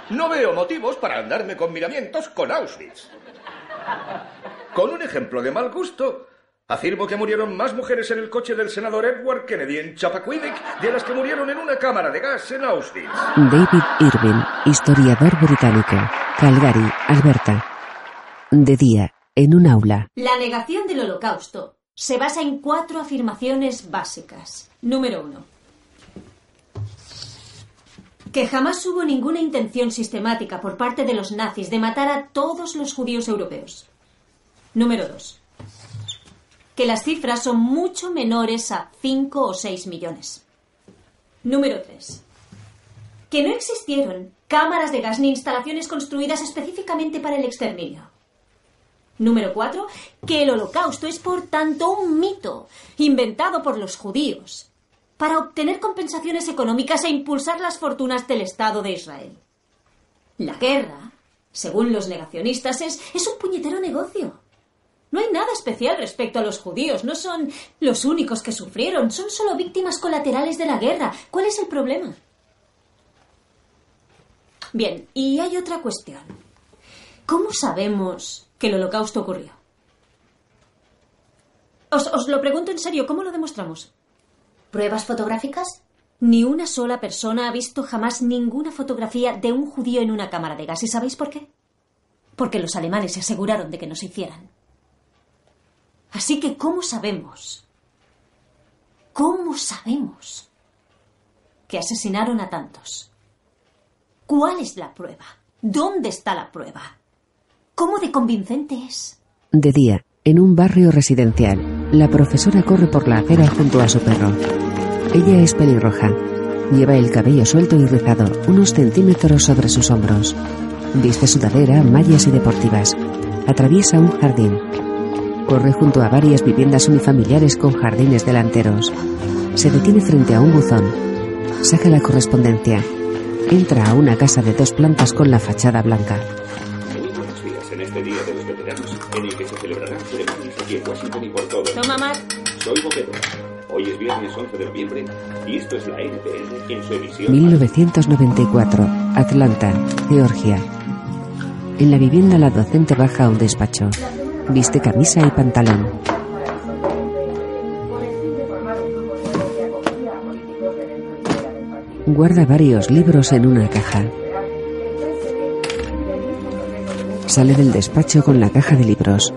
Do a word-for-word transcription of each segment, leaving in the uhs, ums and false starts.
No veo motivos para andarme con miramientos con Auschwitz. Con un ejemplo de mal gusto, afirmo que murieron más mujeres en el coche del senador Edward Kennedy en Chappaquiddick de las que murieron en una cámara de gas en Auschwitz. David Irving, historiador británico. Calgary, Alberta. De día, en un aula. La negación del Holocausto se basa en cuatro afirmaciones básicas. Número uno. Que jamás hubo ninguna intención sistemática por parte de los nazis de matar a todos los judíos europeos. Número dos. Que las cifras son mucho menores a cinco o seis millones. Número tres. Que no existieron cámaras de gas ni instalaciones construidas específicamente para el exterminio. Número cuatro. Que el Holocausto es, por tanto, un mito inventado por los judíos para obtener compensaciones económicas e impulsar las fortunas del Estado de Israel. La guerra, según los negacionistas, es, es un puñetero negocio. No hay nada especial respecto a los judíos. No son los únicos que sufrieron. Son solo víctimas colaterales de la guerra. ¿Cuál es el problema? Bien, y hay otra cuestión. ¿Cómo sabemos que el Holocausto ocurrió? Os, os lo pregunto en serio. ¿Cómo lo demostramos? ¿Pruebas fotográficas? Ni una sola persona ha visto jamás ninguna fotografía de un judío en una cámara de gas. ¿Y sabéis por qué? Porque los alemanes se aseguraron de que no se hicieran. Así que, ¿cómo sabemos? ¿Cómo sabemos que asesinaron a tantos? ¿Cuál es la prueba? ¿Dónde está la prueba? ¿Cómo de convincente es? De día, en un barrio residencial, la profesora corre por la acera junto a su perro. Ella es pelirroja. Lleva el cabello suelto y rizado, unos centímetros sobre sus hombros. Viste sudadera, mallas y deportivas. Atraviesa un jardín. Corre junto a varias viviendas unifamiliares con jardines delanteros. Se detiene frente a un buzón. Saca la correspondencia. Entra a una casa de dos plantas con la fachada blanca. Muy buenos días en este Día de los Veteranos, en el que se celebrarán ceremonias aquí en Washington y por todo el mundo. Toma, Mar. Soy Boquero. Hoy es viernes once de noviembre y esto es la N T N en su emisión. mil novecientos noventa y cuatro. Atlanta, Georgia. En la vivienda la docente baja a un despacho. Viste camisa y pantalón. Guarda varios libros en una caja. Sale del despacho con la caja de libros.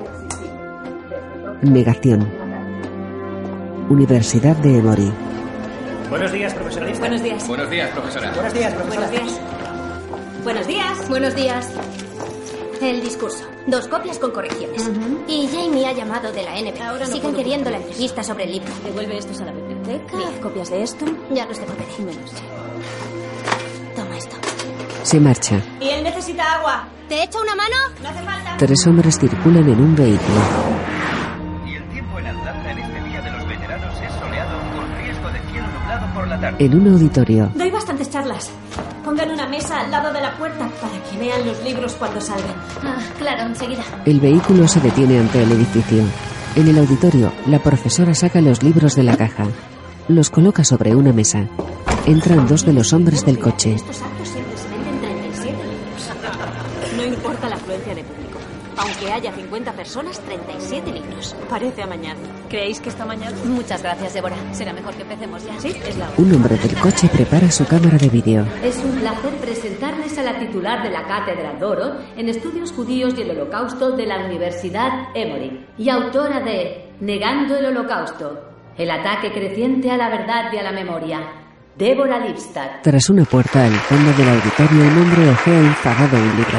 Negación. Universidad de Emory. Buenos días, profesora. Buenos días. Buenos días, profesora. Buenos días, profesora. Buenos días. Buenos días. Buenos días. El discurso. Dos copias con correcciones. Uh-huh. Y Jamie ha llamado de la N B. Ahora no Siguen puedo queriendo la copiar. entrevista sobre el libro. Devuelve estos a la biblioteca. Bien. Copias de esto. Ya los devolveré. Menos. Toma esto. Se marcha. Y él necesita agua. ¿Te echo una mano? No hace falta. Tres hombres circulan en un vehículo. Y el tiempo en Atlanta en este Día de los Veteranos es soleado con riesgo de cielo nublado por la tarde. En un auditorio. Doy bastantes charlas. Pongan una mesa al lado de la puerta para que vean los libros cuando salgan. Ah, claro, enseguida. El vehículo se detiene ante el edificio. En el auditorio, la profesora saca los libros de la caja. Los coloca sobre una mesa. Entran dos de los hombres del coche. Estos actos siempre se venden treinta y siete libros. No importa la afluencia de público. Aunque haya cincuenta personas, treinta y siete libros. Parece amañado. ¿Creéis que está amañado? Muchas gracias, Débora. Será mejor que empecemos ya. Sí, es la hora. Un hombre del coche prepara su cámara de vídeo. Es un placer presentarles a la titular de la Cátedra Doro en Estudios Judíos y el Holocausto de la Universidad Emory y autora de Negando el Holocausto, el ataque creciente a la verdad y a la memoria, Débora Lipstadt. Tras una puerta al fondo del auditorio, un hombre ojea enfadado un libro.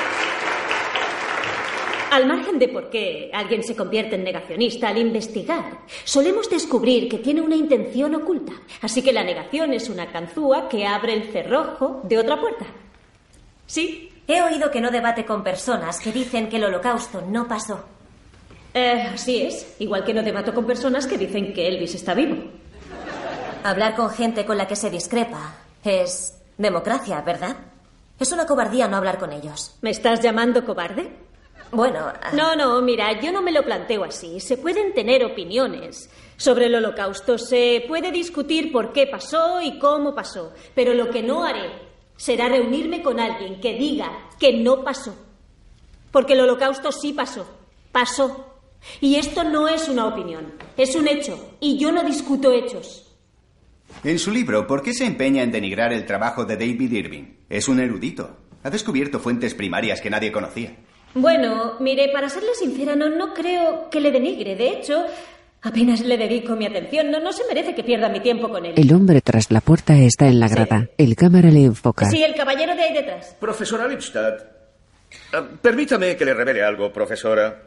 Al margen de por qué alguien se convierte en negacionista al investigar, solemos descubrir que tiene una intención oculta. Así que la negación es una ganzúa que abre el cerrojo de otra puerta. ¿Sí? He oído que no debate con personas que dicen que el Holocausto no pasó. Eh, así es. Igual que no debato con personas que dicen que Elvis está vivo. Hablar con gente con la que se discrepa es democracia, ¿verdad? Es una cobardía no hablar con ellos. ¿Me estás llamando cobarde? Bueno... No, no, mira, yo no me lo planteo así. Se pueden tener opiniones sobre el Holocausto. Se puede discutir por qué pasó y cómo pasó. Pero lo que no haré será reunirme con alguien que diga que no pasó. Porque el Holocausto sí pasó. Pasó. Y esto no es una opinión, es un hecho. Y yo no discuto hechos. En su libro, ¿por qué se empeña en denigrar el trabajo de David Irving? Es un erudito. Ha descubierto fuentes primarias que nadie conocía. Bueno, mire, para serle sincera, no, no creo que le denigre. De hecho, apenas le dedico mi atención. No, no se merece que pierda mi tiempo con él. El hombre tras la puerta está en la grada. Sí. El cámara le enfoca. Sí, el caballero de ahí detrás. Profesora Lipstadt, uh, permítame que le revele algo, profesora.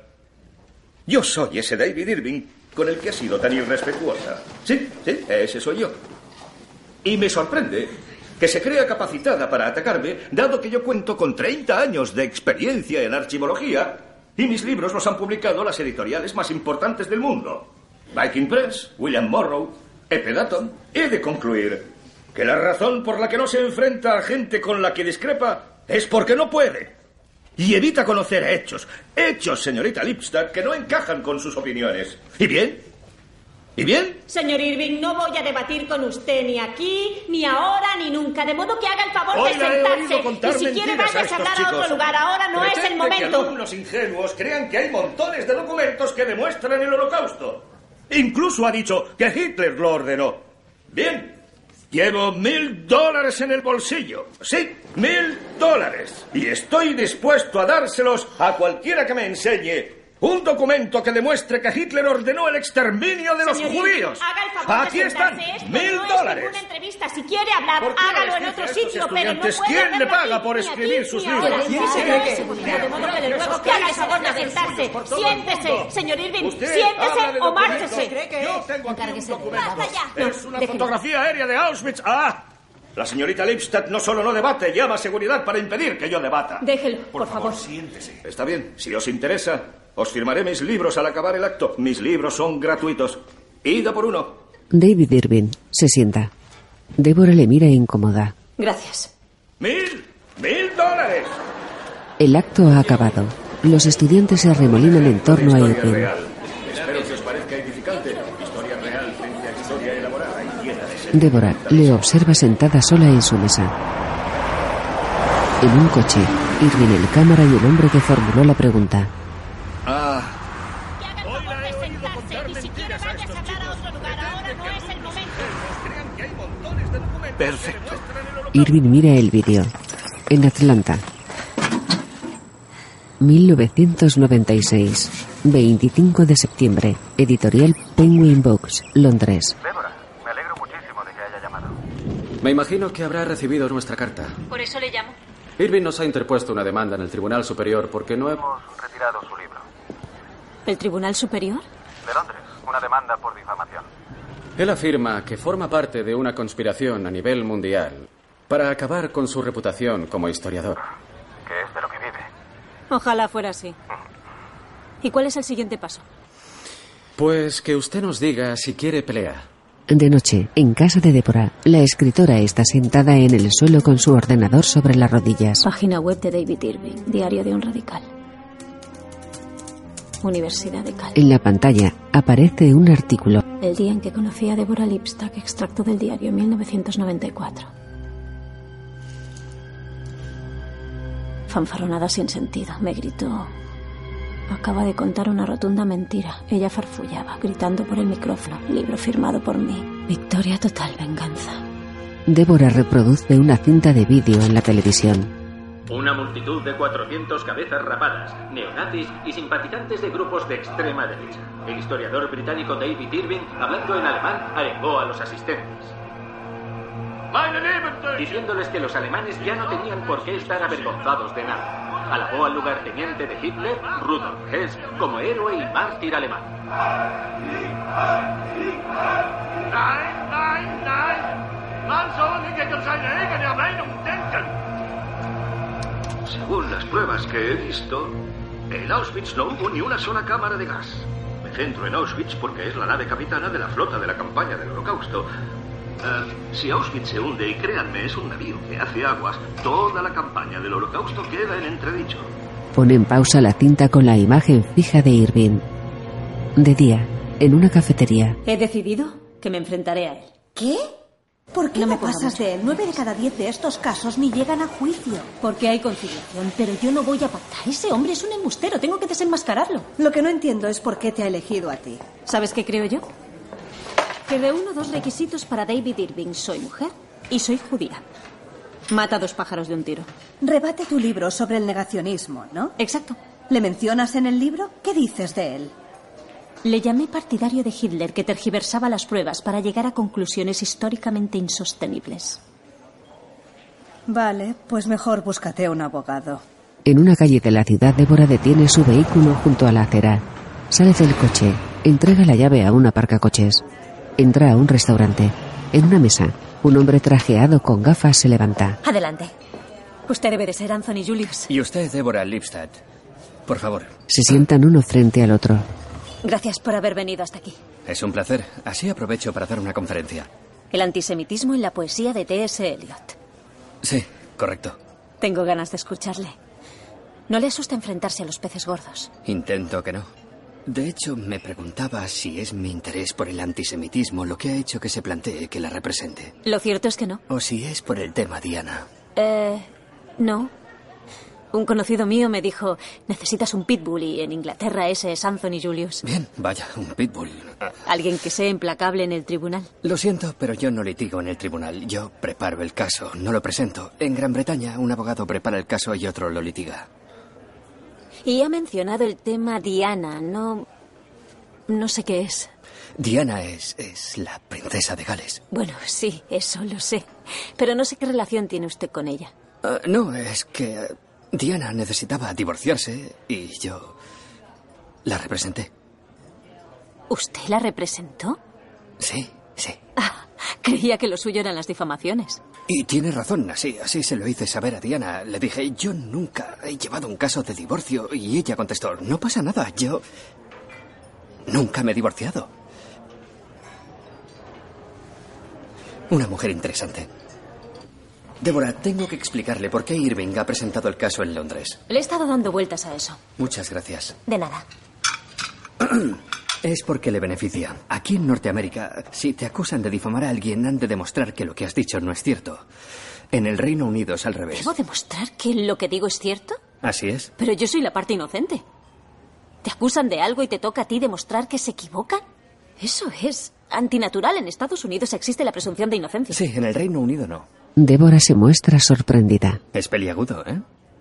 Yo soy ese David Irving con el que ha sido tan irrespetuosa. Sí, sí, ese soy yo. Y me sorprende que se crea capacitada para atacarme, dado que yo cuento con treinta años de experiencia en archivología y mis libros los han publicado las editoriales más importantes del mundo. Viking Press, William Morrow, Epe Datton. He de concluir que la razón por la que no se enfrenta a gente con la que discrepa es porque no puede. Y evita conocer hechos. Hechos, señorita Lipstadt, que no encajan con sus opiniones. ¿Y bien? ¿Y bien? Señor Irving, no voy a debatir con usted ni aquí, ni ahora, ni nunca. De modo que haga el favor Hoy de sentarse. Y si quiere vaya a hablar a otro lugar. Ahora no Pretende es el momento. Que alumnos ingenuos crean que hay montones de documentos que demuestran el Holocausto. Incluso ha dicho que Hitler lo ordenó. Bien. Llevo mil dólares en el bolsillo. Sí, mil dólares. Y estoy dispuesto a dárselos a cualquiera que me enseñe un documento que demuestre que Hitler ordenó el exterminio de los Señor judíos. Haga el favor Aquí de están, Esto mil no dólares. Es ninguna entrevista. Si quiere hablar, hágalo en otro sitio, pero no puede ¿Quién le hacerlo paga aquí, por ni escribir aquí, sus ni libros? ahora. ¿Quién se De cree que- modo que le ruego que haga el favor de sentarse. Siéntese, señor Irving, Usted siéntese habla de o documentos. márchese. Yo tengo aquí un documento. Basta ya. Es una déjelo. fotografía aérea de Auschwitz. ¡Ah! La señorita Lipstadt no solo no debate, llama a seguridad para impedir que yo debata. Déjelo, por, favor, siéntese. Está bien, si os interesa, os firmaré mis libros al acabar el acto. Mis libros son gratuitos. Id a por uno. David Irving se sienta. Débora le mira incómoda. Gracias. ¡Mil! ¡Mil dólares! El acto ha acabado. Los estudiantes se arremolinan en torno a Historia Irving. real. Espero que os parezca edificante. Historia real frente a historia elaborada y llena de sentido. Débora le observa sentada sola en su mesa. En un coche, Irving, el cámara y el hombre que formuló la pregunta. Ah. Que haga el favor de sentarse. Y si quiere vaya a hablar a otro lugar. Ahora no es el momento. Perfecto. Irving mira el vídeo. En Atlanta. mil novecientos noventa y seis. veinticinco de septiembre. Editorial Penguin Books, Londres. Débora, me alegro muchísimo de que haya llamado. Me imagino que habrá recibido nuestra carta. Por eso le llamo. Irving nos ha interpuesto una demanda en el Tribunal Superior porque no hemos... Hemos retirado su libro. ¿El Tribunal Superior? De Londres, una demanda por difamación. Él afirma que forma parte de una conspiración a nivel mundial para acabar con su reputación como historiador. Que es de lo que vive. Ojalá fuera así. ¿Y cuál es el siguiente paso? Pues que usted nos diga si quiere pelear. De noche, en casa de Débora, la escritora está sentada en el suelo con su ordenador sobre las rodillas. Página web de David Irving, Diario de un Radical. Universidad de Cal. En la pantalla aparece un artículo. El día en que conocí a Deborah Lipstadt, extracto del diario mil novecientos noventa y cuatro. Fanfarronada sin sentido, me gritó. Acaba de contar una rotunda mentira. Ella farfullaba, gritando por el micrófono. Libro firmado por mí. Victoria total, venganza. Débora reproduce una cinta de vídeo en la televisión. Una multitud de cuatrocientas cabezas rapadas, neonazis y simpatizantes de grupos de extrema derecha. El historiador británico David Irving, hablando en alemán, arengó a los asistentes, diciéndoles que los alemanes ya no tenían por qué estar avergonzados de nada. Alabó al lugarteniente de Hitler, Rudolf Hess, como héroe y mártir alemán. Nein, nein, nein. Man soll nicht gegen seine eigene Meinung denken. Según las pruebas que he visto, en Auschwitz no hubo ni una sola cámara de gas. Me centro en Auschwitz porque es la nave capitana de la flota de la campaña del Holocausto. Uh, si Auschwitz se hunde, y créanme, es un navío que hace aguas, toda la campaña del Holocausto queda en entredicho. Pone en pausa la cinta con la imagen fija de Irving. De día, en una cafetería. He decidido que me enfrentaré a él. ¿Qué? ¿Por qué No no, me pongo pasas mucho. de él? Nueve de cada diez de estos casos ni llegan a juicio. Porque hay conciliación, pero yo no voy a pactar. Ese hombre es un embustero, tengo que desenmascararlo. Lo que no entiendo es por qué te ha elegido a ti. ¿Sabes qué creo yo? Que reúno dos requisitos para David Irving. Soy mujer y soy judía. Mata a dos pájaros de un tiro. Rebate tu libro sobre el negacionismo, ¿no? Exacto. ¿Le mencionas en el libro? ¿Qué dices de él? Le llamé partidario de Hitler, que tergiversaba las pruebas para llegar a conclusiones históricamente insostenibles. Vale, pues mejor búscate un abogado. En una calle de la ciudad, Débora detiene su vehículo junto a la acera. Sale del coche, entrega la llave a un aparcacoches. Entra a un restaurante. En una mesa, un hombre trajeado con gafas se levanta. Adelante. Usted debe de ser Anthony Julius. Y usted, Débora Lipstadt. Por favor. Se sientan uno frente al otro. Gracias por haber venido hasta aquí. Es un placer. Así aprovecho para dar una conferencia. El antisemitismo en la poesía de T S Eliot. Sí, correcto. Tengo ganas de escucharle. No le asusta enfrentarse a los peces gordos. Intento que no. De hecho, me preguntaba si es mi interés por el antisemitismo lo que ha hecho que se plantee que la represente. Lo cierto es que no. O si es por el tema Diana. Eh, no. Un conocido mío me dijo, necesitas un pitbull y en Inglaterra ese es Anthony Julius. Bien, vaya, un pitbull. Alguien que sea implacable en el tribunal. Lo siento, pero yo no litigo en el tribunal. Yo preparo el caso, no lo presento. En Gran Bretaña, un abogado prepara el caso y otro lo litiga. Y ha mencionado el tema Diana, no... no sé qué es. Diana es, es la princesa de Gales. Bueno, sí, eso lo sé. Pero no sé qué relación tiene usted con ella. Uh, no, es que uh, Diana necesitaba divorciarse y yo la representé. ¿Usted la representó? Sí, sí. Ah, creía que lo suyo eran las difamaciones. Y tiene razón, así, así se lo hice saber a Diana. Le dije, yo nunca he llevado un caso de divorcio. Y ella contestó, no pasa nada, yo nunca me he divorciado. Una mujer interesante. Débora, tengo que explicarle por qué Irving ha presentado el caso en Londres. Le he estado dando vueltas a eso. Muchas gracias. De nada. Es porque le beneficia. Aquí en Norteamérica, si te acusan de difamar a alguien, han de demostrar que lo que has dicho no es cierto. En el Reino Unido es al revés. ¿Debo demostrar que lo que digo es cierto? Así es. Pero yo soy la parte inocente. ¿Te acusan de algo y te toca a ti demostrar que se equivocan? Eso es antinatural. En Estados Unidos existe la presunción de inocencia. Sí, en el Reino Unido no. Débora se muestra sorprendida. Es peliagudo, ¿eh?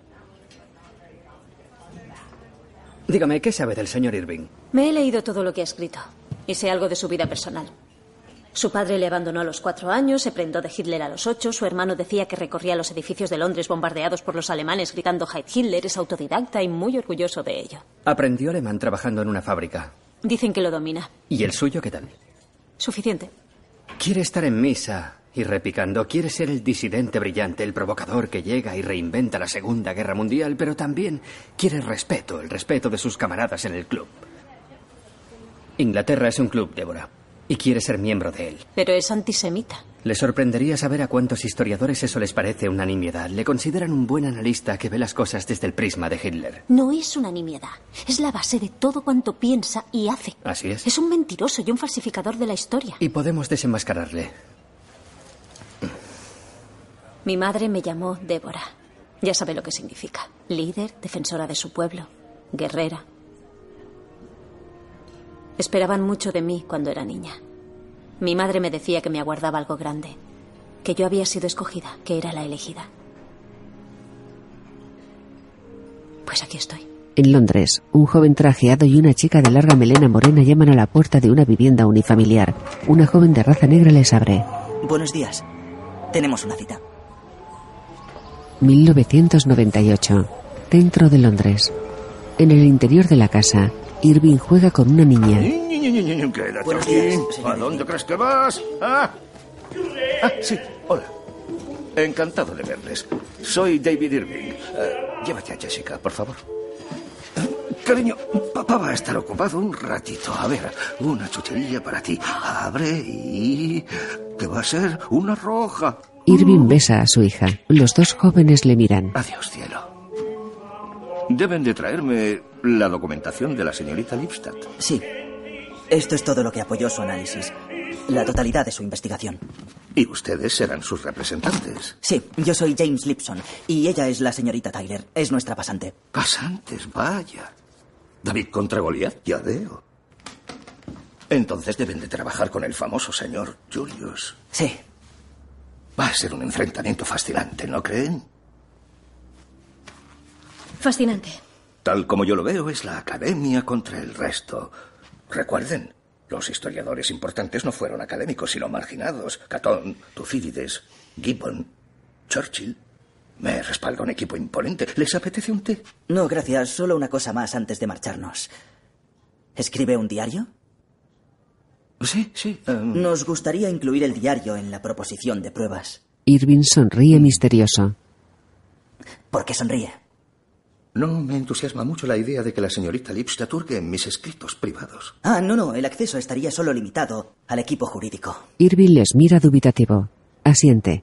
Dígame, ¿qué sabe del señor Irving? Me he leído todo lo que ha escrito y sé algo de su vida personal. Su padre le abandonó a los cuatro años, se prendó de Hitler a los ocho, su hermano decía que recorría los edificios de Londres bombardeados por los alemanes gritando Heil Hitler, es autodidacta y muy orgulloso de ello. Aprendió alemán trabajando en una fábrica. Dicen que lo domina. ¿Y el suyo qué tal? Suficiente. Quiere estar en misa y repicando. Quiere ser el disidente brillante, el provocador que llega y reinventa la Segunda Guerra Mundial, pero también quiere respeto, el respeto de sus camaradas en el club. Inglaterra es un club, Débora, y quiere ser miembro de él. Pero es antisemita. Le sorprendería saber a cuántos historiadores eso les parece una nimiedad. Le consideran un buen analista que ve las cosas desde el prisma de Hitler. No es una nimiedad. Es la base de todo cuanto piensa y hace. Así es. Es un mentiroso y un falsificador de la historia. Y podemos desenmascararle. Mi madre me llamó Débora. Ya sabe lo que significa. Líder, defensora de su pueblo, guerrera. Esperaban mucho de mí cuando era niña. Mi madre me decía que me aguardaba algo grande, que yo había sido escogida, que era la elegida. Pues aquí estoy. En Londres, un joven trajeado y una chica de larga melena morena llaman a la puerta de una vivienda unifamiliar. Una joven de raza negra les abre. Buenos días. Tenemos una cita. mil novecientos noventa y ocho. Centro de Londres. En el interior de la casa, Irving juega con una niña. Quédate Buenos aquí. días, ¿A señor dónde Irving. crees que vas? ¿Ah? Ah, sí, hola. Encantado de verles. Soy David Irving. Eh, llévate a Jessica, por favor. Eh, Cariño, papá va a estar ocupado un ratito. A ver, una chuchería para ti. Abre y... ¿qué va a ser? Una roja. Irving besa a su hija. Los dos jóvenes le miran. Adiós, cielo. Deben de traerme la documentación de la señorita Lipstadt. Sí. Esto es todo lo que apoyó su análisis. la totalidad de su investigación. Y ustedes serán sus representantes. Sí, yo soy James Lipson y ella es la señorita Tyler. Es nuestra pasante. Pasantes, vaya. David contra Goliat, ya veo. Entonces deben de trabajar con el famoso señor Julius. Sí. Va a ser un enfrentamiento fascinante, ¿no creen? Fascinante. Tal como yo lo veo, es la academia contra el resto. Recuerden, los historiadores importantes no fueron académicos, sino marginados. Catón, Tucídides, Gibbon, Churchill. Me respalda un equipo imponente. ¿Les apetece un té? No, gracias. Solo una cosa más antes de marcharnos. ¿Escribe un diario? Sí, sí. Um... Nos gustaría incluir el diario en la proposición de pruebas. Irving sonríe misterioso. ¿Por qué sonríe? No me entusiasma mucho la idea de que la señorita Lipstadt hurgue en mis escritos privados. Ah, no, no. El acceso estaría solo limitado al equipo jurídico. Irving les mira dubitativo. Asiente.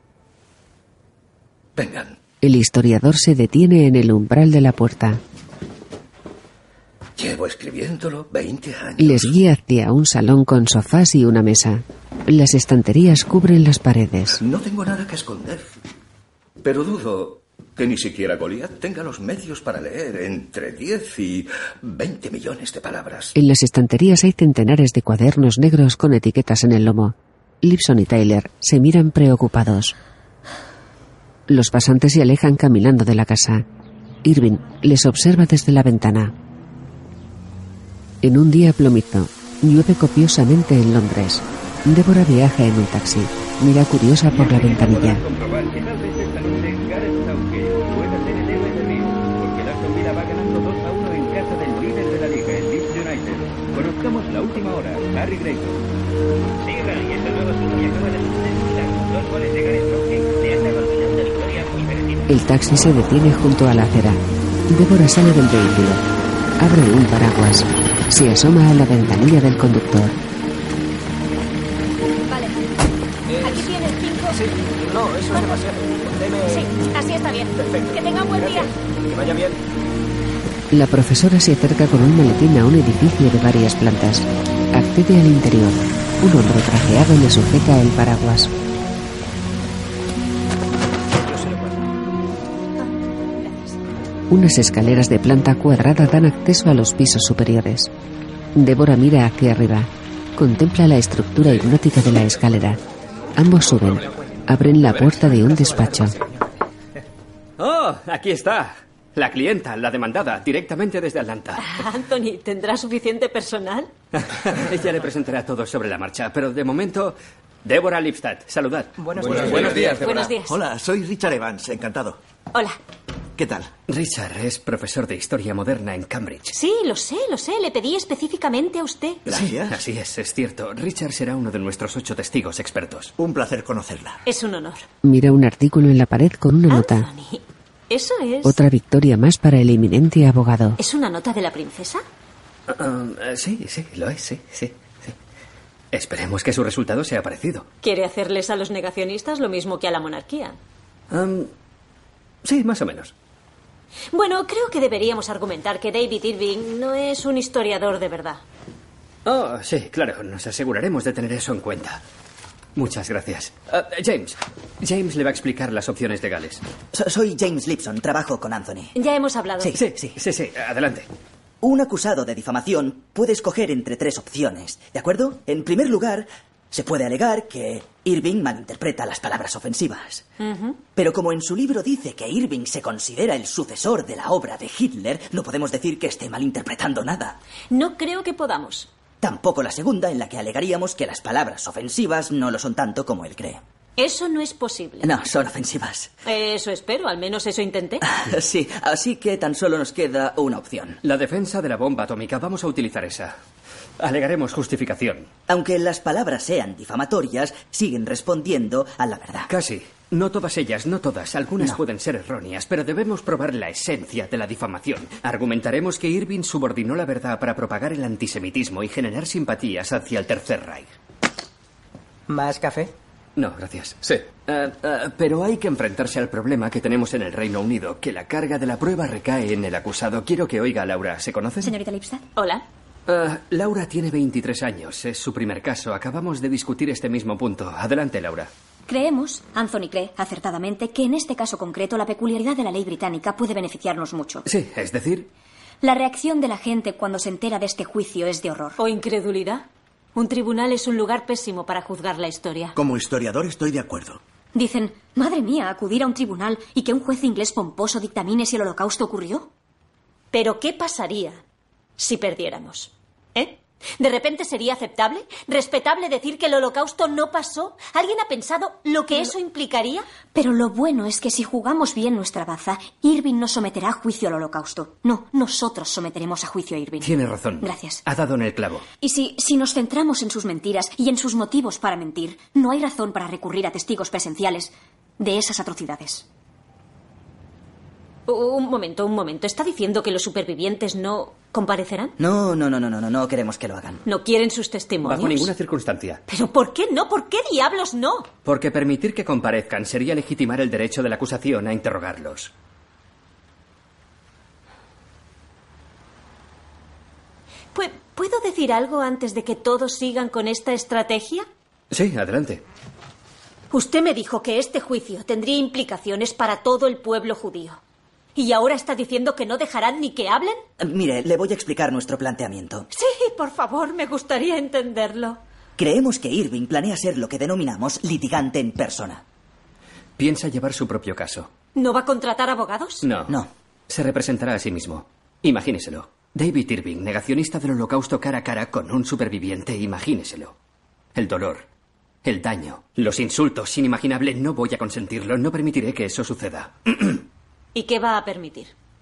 Vengan. El historiador se detiene en el umbral de la puerta. Llevo escribiéndolo veinte años. Les guía hacia un salón con sofás y una mesa. Las estanterías cubren las paredes. No tengo nada que esconder. Pero dudo que ni siquiera Goliat tenga los medios para leer entre diez y veinte millones de palabras. En las estanterías hay centenares de cuadernos negros con etiquetas en el lomo. Lipson y Tyler se miran preocupados. Los pasantes se alejan caminando de la casa. Irving les observa desde la ventana. En un día plomizo, llueve copiosamente en Londres. Débora viaja en un taxi. Mira curiosa por la ventanilla. Conozcamos la última hora. Harry Grayson. Sí, Harry, este nuevo estudio acaba de suceder con dos goles de Gareth Southgate. Le hace contundente victoria muy merecida. El taxi se detiene junto a la acera. Débora sale del vehículo. Abre un paraguas. Se asoma a la ventanilla del conductor. Vale. Aquí tienes cinco. Sí, no, eso es demasiado. Deme... Sí, así está bien. Perfecto. Que tenga un buen Gracias. día. Que vaya bien. La profesora se acerca con un maletín a un edificio de varias plantas. Accede al interior. Un hombre trajeado le sujeta el paraguas. Unas escaleras de planta cuadrada dan acceso a los pisos superiores. Débora mira hacia arriba. Contempla la estructura hipnótica de la escalera. Ambos suben. Abren la puerta de un despacho. ¡Oh! Aquí está. La clienta, la demandada, directamente desde Atlanta. Anthony, ¿tendrá suficiente personal? Ella le presentará todo sobre la marcha, pero de momento... Débora Lipstadt, saludad. Buenos, Buenos días. Buenos días, Débora. Buenos días. Hola, soy Richard Evans, encantado. Hola. ¿Qué tal? Richard es profesor de Historia Moderna en Cambridge. Sí, lo sé, lo sé. Le pedí específicamente a usted. Gracias. Sí, así es, es cierto. Richard será uno de nuestros ocho testigos expertos. Un placer conocerla. Es un honor. Mira un artículo en la pared con una nota. Anthony, eso es... Otra victoria más para el eminente abogado. ¿Es una nota de la princesa? Uh, um, uh, sí, sí, lo es, sí, sí, sí. Esperemos que su resultado sea parecido. ¿Quiere hacerles a los negacionistas lo mismo que a la monarquía? Um, sí, más o menos. Bueno, creo que deberíamos argumentar que David Irving no es un historiador de verdad. Oh, sí, claro, nos aseguraremos de tener eso en cuenta. Muchas gracias. Uh, James, James le va a explicar las opciones legales. So- soy James Lipson, trabajo con Anthony. Ya hemos hablado. Sí, Sí, sí, sí, sí, adelante. Un acusado de difamación puede escoger entre tres opciones, ¿de acuerdo? En primer lugar, se puede alegar que Irving malinterpreta las palabras ofensivas. Ujú. Pero como en su libro dice que Irving se considera el sucesor de la obra de Hitler, no podemos decir que esté malinterpretando nada. No creo que podamos. Tampoco la segunda, en la que alegaríamos que las palabras ofensivas no lo son tanto como él cree. Eso no es posible. No, son ofensivas. Eso espero, al menos eso intenté. Sí, así que tan solo nos queda una opción. La defensa de la bomba atómica, vamos a utilizar esa. Alegaremos justificación. Aunque las palabras sean difamatorias, siguen respondiendo a la verdad. Casi. No todas ellas, no todas. Algunas No. pueden ser erróneas, pero debemos probar la esencia de la difamación. Argumentaremos que Irving subordinó la verdad para propagar el antisemitismo y generar simpatías hacia el Tercer Reich. ¿Más café? No, gracias. Sí. Eh, eh, pero hay que enfrentarse al problema que tenemos en el Reino Unido, que la carga de la prueba recae en el acusado. Quiero que oiga a Laura. ¿Se conocen? Señorita Lipstadt. Hola. Uh, Laura tiene veintitrés años. Es su primer caso. Acabamos de discutir este mismo punto. Adelante, Laura. Creemos, Anthony cree, acertadamente, que en este caso concreto la peculiaridad de la ley británica puede beneficiarnos mucho. Sí, es decir... La reacción de la gente cuando se entera de este juicio es de horror. ¿O incredulidad? Un tribunal es un lugar pésimo para juzgar la historia. Como historiador estoy de acuerdo. Dicen, madre mía, acudir a un tribunal y que un juez inglés pomposo dictamine si el holocausto ocurrió. ¿Pero qué pasaría si perdiéramos? ¿Eh? ¿De repente sería aceptable? ¿Respetable decir que el holocausto no pasó? ¿Alguien ha pensado lo que eso implicaría? Pero lo bueno es que si jugamos bien nuestra baza, Irving no someterá a juicio al holocausto. No, nosotros someteremos a juicio a Irving. Tiene razón. Gracias. Ha dado en el clavo. Y si, si nos centramos en sus mentiras y en sus motivos para mentir, no hay razón para recurrir a testigos presenciales de esas atrocidades. Un momento, un momento. ¿Está diciendo que los supervivientes no comparecerán? No, no, no, no, no, no queremos que lo hagan. ¿No quieren sus testimonios? Bajo ninguna circunstancia. ¿Pero por qué no? ¿Por qué diablos no? Porque permitir que comparezcan sería legitimar el derecho de la acusación a interrogarlos. ¿Puedo decir algo antes de que todos sigan con esta estrategia? Sí, adelante. Usted me dijo que este juicio tendría implicaciones para todo el pueblo judío. ¿Y ahora está diciendo que no dejarán ni que hablen? Mire, le voy a explicar nuestro planteamiento. Sí, por favor, me gustaría entenderlo. Creemos que Irving planea ser lo que denominamos litigante en persona. Piensa llevar su propio caso. ¿No va a contratar abogados? No. No. Se representará a sí mismo. Imagíneselo. David Irving, negacionista del holocausto cara a cara con un superviviente, imagíneselo. El dolor, el daño, los insultos, inimaginable. No voy a consentirlo, no permitiré que eso suceda. ¿Y qué va a permitir?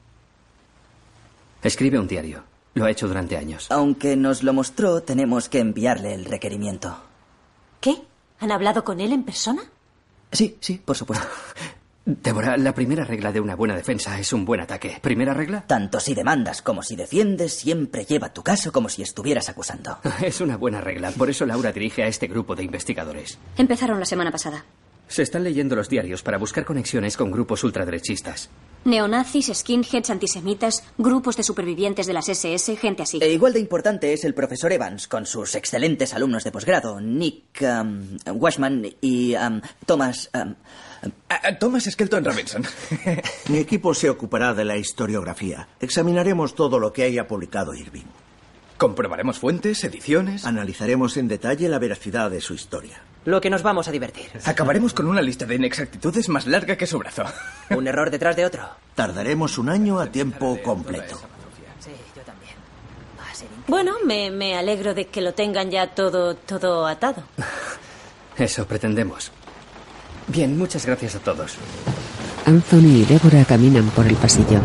Escribe un diario. Lo ha hecho durante años. Aunque nos lo mostró, tenemos que enviarle el requerimiento. ¿Qué? ¿Han hablado con él en persona? Sí, sí, por supuesto. Débora, la primera regla de una buena defensa es un buen ataque. ¿Primera regla? Tanto si demandas como si defiendes, siempre lleva tu caso como si estuvieras acusando. Es una buena regla. Por eso Laura dirige a este grupo de investigadores. Empezaron la semana pasada. Se están leyendo los diarios para buscar conexiones con grupos ultraderechistas. Neonazis, skinheads, antisemitas, grupos de supervivientes de las ese ese, gente así. E igual de importante es el profesor Evans, con sus excelentes alumnos de posgrado, Nick um, Washman y um, Thomas... Um, uh, Thomas Skelton Robinson. Mi equipo se ocupará de la historiografía. Examinaremos todo lo que haya publicado Irving. Comprobaremos fuentes, ediciones. Analizaremos en detalle la veracidad de su historia. Lo que nos vamos a divertir. Acabaremos con una lista de inexactitudes más larga que su brazo. Un error detrás de otro. Tardaremos un año a tiempo completo. Sí, yo también. Va a ser increíble. Bueno, me, me alegro de que lo tengan ya todo, todo atado. Eso pretendemos. Bien, muchas gracias a todos. Anthony y Débora caminan por el pasillo.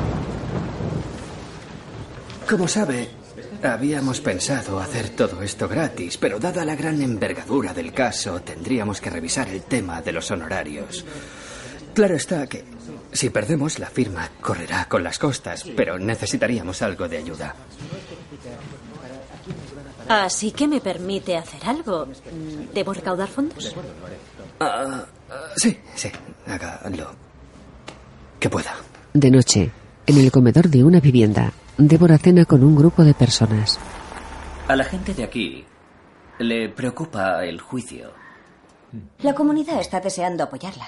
Como sabe, habíamos pensado hacer todo esto gratis, pero dada la gran envergadura del caso, tendríamos que revisar el tema de los honorarios. Claro está que si perdemos, la firma correrá con las costas, pero necesitaríamos algo de ayuda. Así que me permite hacer algo. ¿Debo recaudar fondos? Uh, uh, sí, sí, hágalo. Que pueda. De noche, en el comedor de una vivienda, Débora cena con un grupo de personas. A la gente de aquí le preocupa el juicio. La comunidad está deseando apoyarla.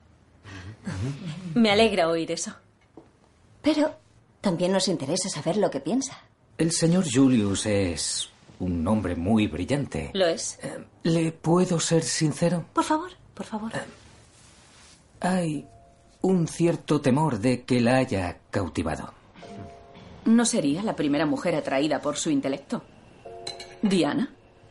Me alegra oír eso. Pero también nos interesa saber lo que piensa. El señor Julius es un hombre muy brillante. ¿Lo es? ¿Le puedo ser sincero? Por favor, por favor. Hay un cierto temor de que la haya cautivado. No sería la primera mujer atraída por su intelecto. ¿Diana?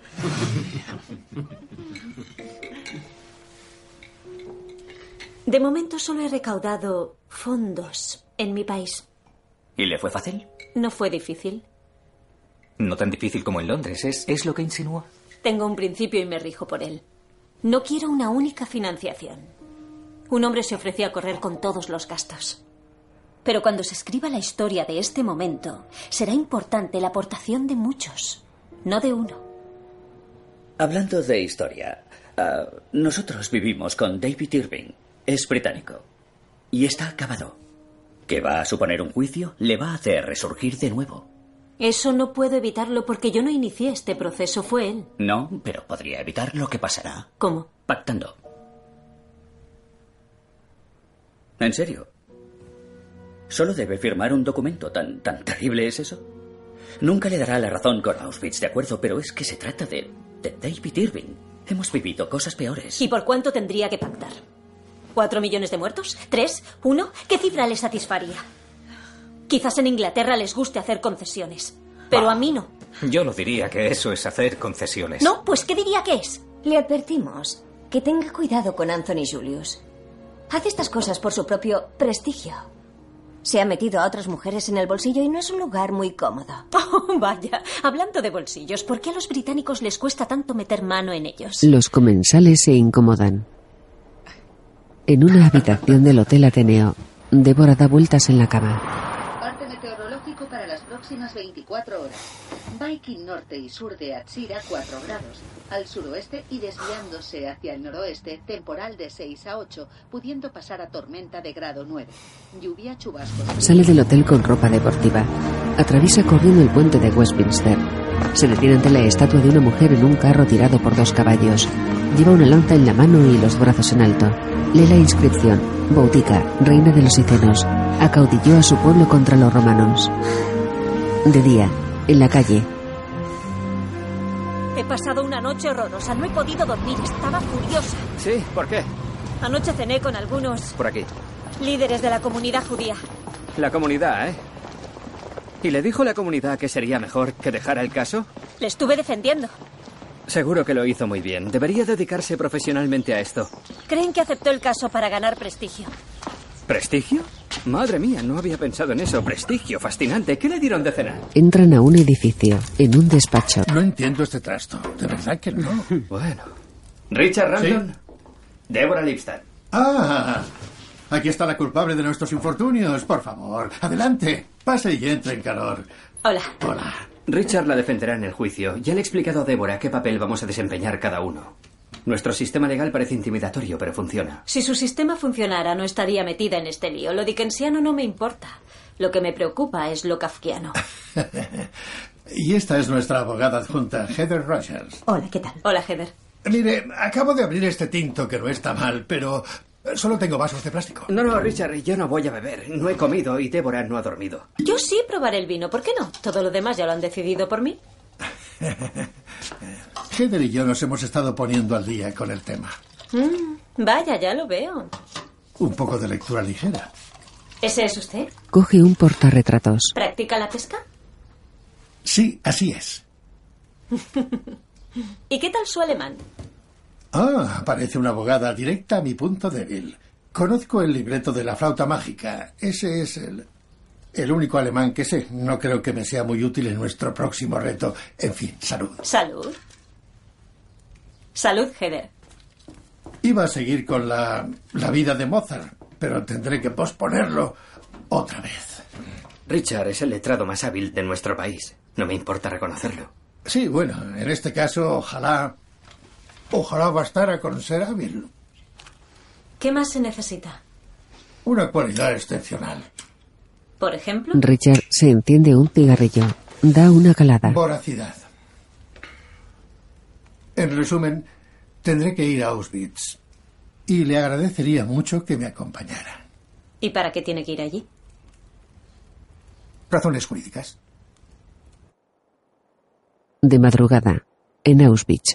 De momento solo he recaudado fondos en mi país. ¿Y le fue fácil? No fue difícil. No tan difícil como en Londres, ¿es, es lo que insinúa? Tengo un principio y me rijo por él. No quiero una única financiación. Un hombre se ofreció a correr con todos los gastos. Pero cuando se escriba la historia de este momento, será importante la aportación de muchos, no de uno. Hablando de historia, uh, nosotros vivimos con David Irving. Es británico. Y está acabado. ¿Qué va a suponer un juicio? Le va a hacer resurgir de nuevo. Eso no puedo evitarlo porque yo no inicié este proceso, fue él. No, pero podría evitar lo que pasará. ¿Cómo? Pactando. En serio. Solo debe firmar un documento. ¿Tan, tan terrible es eso? Nunca le dará la razón con Auschwitz, de acuerdo, pero es que se trata de, de David Irving. Hemos vivido cosas peores. ¿Y por cuánto tendría que pactar? ¿Cuatro millones de muertos? ¿Tres? ¿Uno? ¿Qué cifra le satisfaría? Quizás en Inglaterra les guste hacer concesiones, pero bah, a mí no. Yo no diría que eso es hacer concesiones. No, pues ¿qué diría que es? Le advertimos que tenga cuidado con Anthony Julius. Hace estas cosas por su propio prestigio. Se ha metido a otras mujeres en el bolsillo y no es un lugar muy cómodo. Oh, vaya, hablando de bolsillos, ¿por qué a los británicos les cuesta tanto meter mano en ellos? Los comensales se incomodan. En una habitación del Hotel Ateneo, Débora da vueltas en la cama. Parte meteorológico para las próximas veinticuatro horas. Viking norte y sur de Atsira cuatro grados. Al suroeste y desviándose hacia el noroeste, temporal de seis a ocho, pudiendo pasar a tormenta de grado nueve. Lluvia, chubascos. Sale del hotel con ropa deportiva. Atraviesa corriendo el puente de Westminster. Se detiene ante la estatua de una mujer en un carro tirado por dos caballos. Lleva una lanza en la mano y los brazos en alto. Lee la inscripción: Boudica, reina de los Icenos, acaudilló a su pueblo contra los romanos. De día, en la calle. He pasado una noche horrorosa, no he podido dormir, estaba furiosa. Sí, ¿por qué? Anoche cené con algunos Por aquí. líderes de la comunidad judía. La comunidad, ¿eh? ¿Y le dijo la comunidad que sería mejor que dejara el caso? Le estuve defendiendo. Seguro que lo hizo muy bien. Debería dedicarse profesionalmente a esto. Creen que aceptó el caso para ganar prestigio. ¿Prestigio? Madre mía, no había pensado en eso. Prestigio, fascinante. ¿Qué le dieron de cenar? Entran a un edificio, en un despacho. No entiendo este trasto. De verdad que no. Bueno. Richard Ramsden. ¿Sí? Débora Lipstadt. Ah, aquí está la culpable de nuestros infortunios. Por favor, adelante. Pase y entre en calor. Hola. Hola. Richard la defenderá en el juicio. Ya le he explicado a Débora qué papel vamos a desempeñar cada uno. Nuestro sistema legal parece intimidatorio, pero funciona. Si su sistema funcionara, no estaría metida en este lío. Lo dickensiano no me importa. Lo que me preocupa es lo kafkiano. Y esta es nuestra abogada adjunta, Heather Rogers. Hola, ¿qué tal? Hola, Heather. Mire, acabo de abrir este tinto que no está mal, pero solo tengo vasos de plástico. No, no, Richard, yo no voy a beber. No he comido y Débora no ha dormido. Yo sí probaré el vino, ¿por qué no? Todo lo demás ya lo han decidido por mí. Heather y yo nos hemos estado poniendo al día con el tema. Mm, vaya, ya lo veo. Un poco de lectura ligera. ¿Ese es usted? Coge un portarretratos. ¿Practica la pesca? Sí, así es. ¿Y qué tal su alemán? Ah, parece una abogada directa a mi punto débil. Conozco el libreto de la flauta mágica. Ese es el, el único alemán que sé. No creo que me sea muy útil en nuestro próximo reto. En fin, salud. Salud. Salud, Heather. Iba a seguir con la, la vida de Mozart, pero tendré que posponerlo otra vez. Richard es el letrado más hábil de nuestro país. No me importa reconocerlo. Sí, bueno, en este caso, ojalá... Ojalá bastara con ser hábil. ¿Qué más se necesita? Una cualidad excepcional. ¿Por ejemplo? Richard se enciende un cigarrillo. Da una calada. Voracidad. En resumen, tendré que ir a Auschwitz. Y le agradecería mucho que me acompañara. ¿Y para qué tiene que ir allí? Razones jurídicas. De madrugada, en Auschwitz.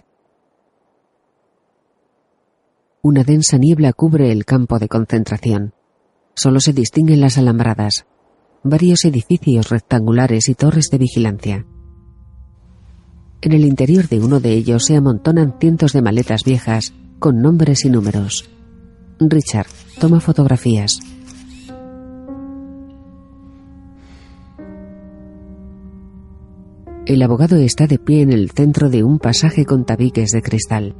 Una densa niebla cubre el campo de concentración. Solo se distinguen las alambradas, varios edificios rectangulares y torres de vigilancia. En el interior de uno de ellos se amontonan cientos de maletas viejas con nombres y números. Richard toma fotografías. El abogado está de pie en el centro de un pasaje con tabiques de cristal.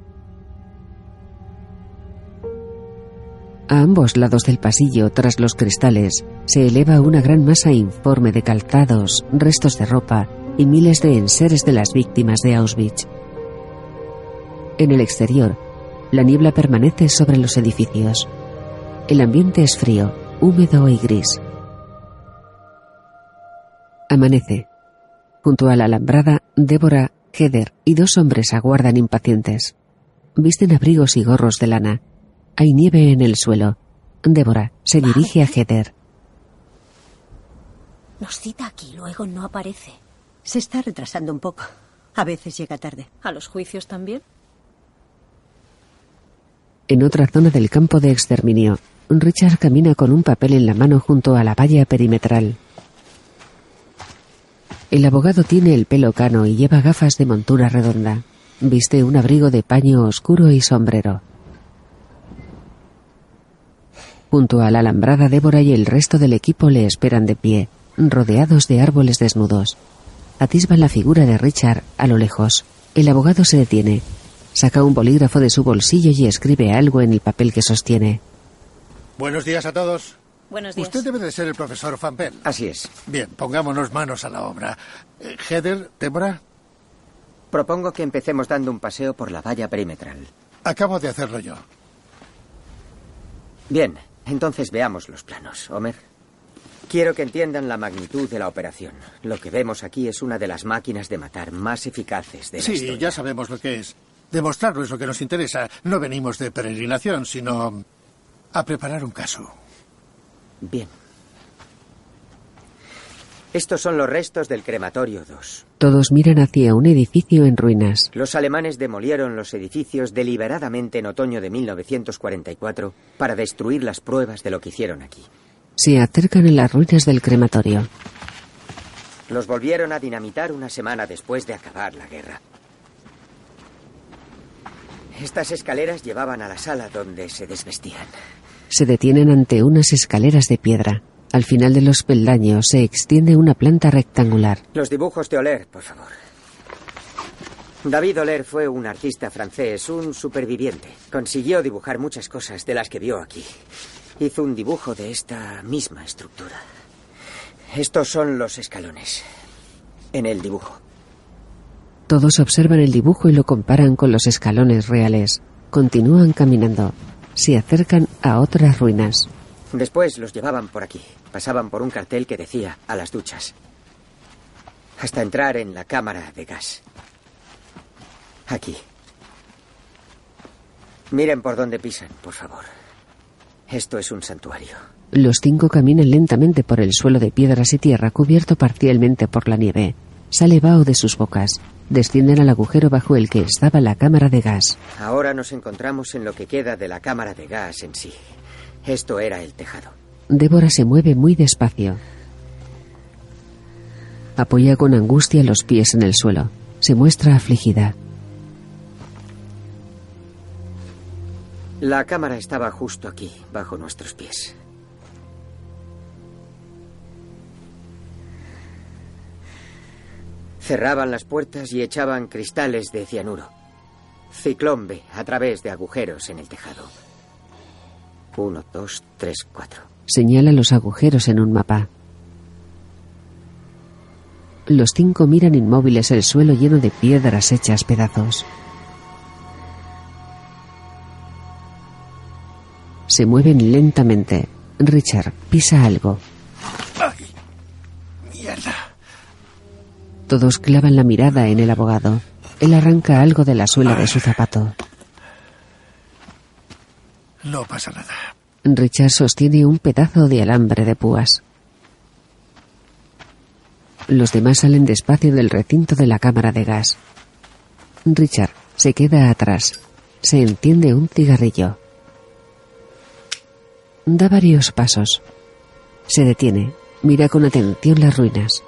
A ambos lados del pasillo, tras los cristales, se eleva una gran masa informe de calzados, restos de ropa y miles de enseres de las víctimas de Auschwitz. En el exterior, la niebla permanece sobre los edificios. El ambiente es frío, húmedo y gris. Amanece. Junto a la alambrada, Débora, Heather y dos hombres aguardan impacientes. Visten abrigos y gorros de lana. Hay nieve en el suelo. Débora se dirige a Heather. Nos cita aquí, luego no aparece. Se está retrasando un poco. A veces llega tarde. ¿A los juicios también? En otra zona del campo de exterminio, Richard camina con un papel en la mano junto a la valla perimetral. El abogado tiene el pelo cano y lleva gafas de montura redonda. Viste un abrigo de paño oscuro y sombrero. Junto a la alambrada, Débora y el resto del equipo le esperan de pie, rodeados de árboles desnudos. Atisban la figura de Richard a lo lejos. El abogado se detiene. Saca un bolígrafo de su bolsillo y escribe algo en el papel que sostiene. Buenos días a todos. Buenos días. Usted debe de ser el profesor Van Pelt. Así es. Bien, pongámonos manos a la obra. Eh, Heather, Débora. Propongo que empecemos dando un paseo por la valla perimetral. Acabo de hacerlo yo. Bien, entonces veamos los planos. Homer. Quiero que entiendan la magnitud de la operación. Lo que vemos aquí es una de las máquinas de matar más eficaces de la Sí, historia. ya sabemos lo que es. Demostrarlo es lo que nos interesa. No venimos de peregrinación, sino a preparar un caso. Bien. Estos son los restos del crematorio dos. Todos miran hacia un edificio en ruinas. Los alemanes demolieron los edificios deliberadamente en otoño de mil novecientos cuarenta y cuatro para destruir las pruebas de lo que hicieron aquí. Se acercan a las ruinas del crematorio. Los volvieron a dinamitar una semana después de acabar la guerra. Estas escaleras llevaban a la sala donde se desvestían. Se detienen ante unas escaleras de piedra. Al final de los peldaños se extiende una planta rectangular. Los dibujos de Oler, por favor. David Oler fue un artista francés, un superviviente. Consiguió dibujar muchas cosas de las que vio aquí. Hizo un dibujo de esta misma estructura. Estos son los escalones. En el dibujo. Todos observan el dibujo y lo comparan con los escalones reales. Continúan caminando. Se acercan a otras ruinas. Después los llevaban por aquí. Pasaban por un cartel que decía a las duchas. Hasta entrar en la cámara de gas. Aquí. Miren por dónde pisan, por favor. Esto es un santuario. Los cinco caminan lentamente por el suelo de piedras y tierra cubierto parcialmente por la nieve. Sale vaho de sus bocas. Descienden al agujero bajo el que estaba la cámara de gas. Ahora nos encontramos en lo que queda de la cámara de gas en sí. Esto era el tejado. Débora se mueve muy despacio. Apoya con angustia los pies en el suelo. Se muestra afligida. La cámara estaba justo aquí, bajo nuestros pies. Cerraban las puertas y echaban cristales de cianuro. Ciclón B a través de agujeros en el tejado. Uno, dos, tres, cuatro. Señala los agujeros en un mapa. Los cinco miran inmóviles el suelo lleno de piedras hechas pedazos. Se mueven lentamente. Richard pisa algo. ¡Ay! ¡Mierda! Todos clavan la mirada en el abogado. Él arranca algo de la suela de su zapato. No pasa nada. Richard sostiene un pedazo de alambre de púas. Los demás salen despacio del recinto de la cámara de gas. Richard se queda atrás. Se enciende un cigarrillo. Da varios pasos. Se detiene. Mira con atención las ruinas.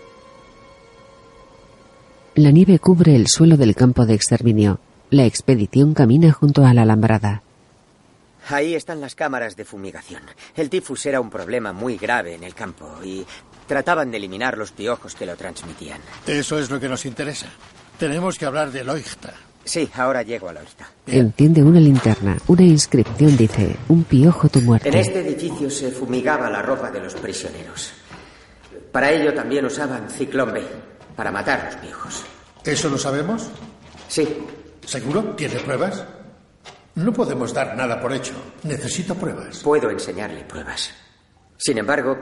La nieve cubre el suelo del campo de exterminio. La expedición camina junto a la alambrada. Ahí están las cámaras de fumigación. El tifus era un problema muy grave en el campo y trataban de eliminar los piojos que lo transmitían. Eso es lo que nos interesa. Tenemos que hablar de Leuchta. Sí, ahora llego a la horita. Enciende una linterna. Una inscripción dice: un piojo tu muerte. En este edificio se fumigaba la ropa de los prisioneros. Para ello también usaban Ciclón B, para matar los piojos. ¿Eso lo sabemos? Sí. ¿Seguro? ¿Tiene pruebas? No podemos dar nada por hecho. Necesito pruebas. Puedo enseñarle pruebas. Sin embargo,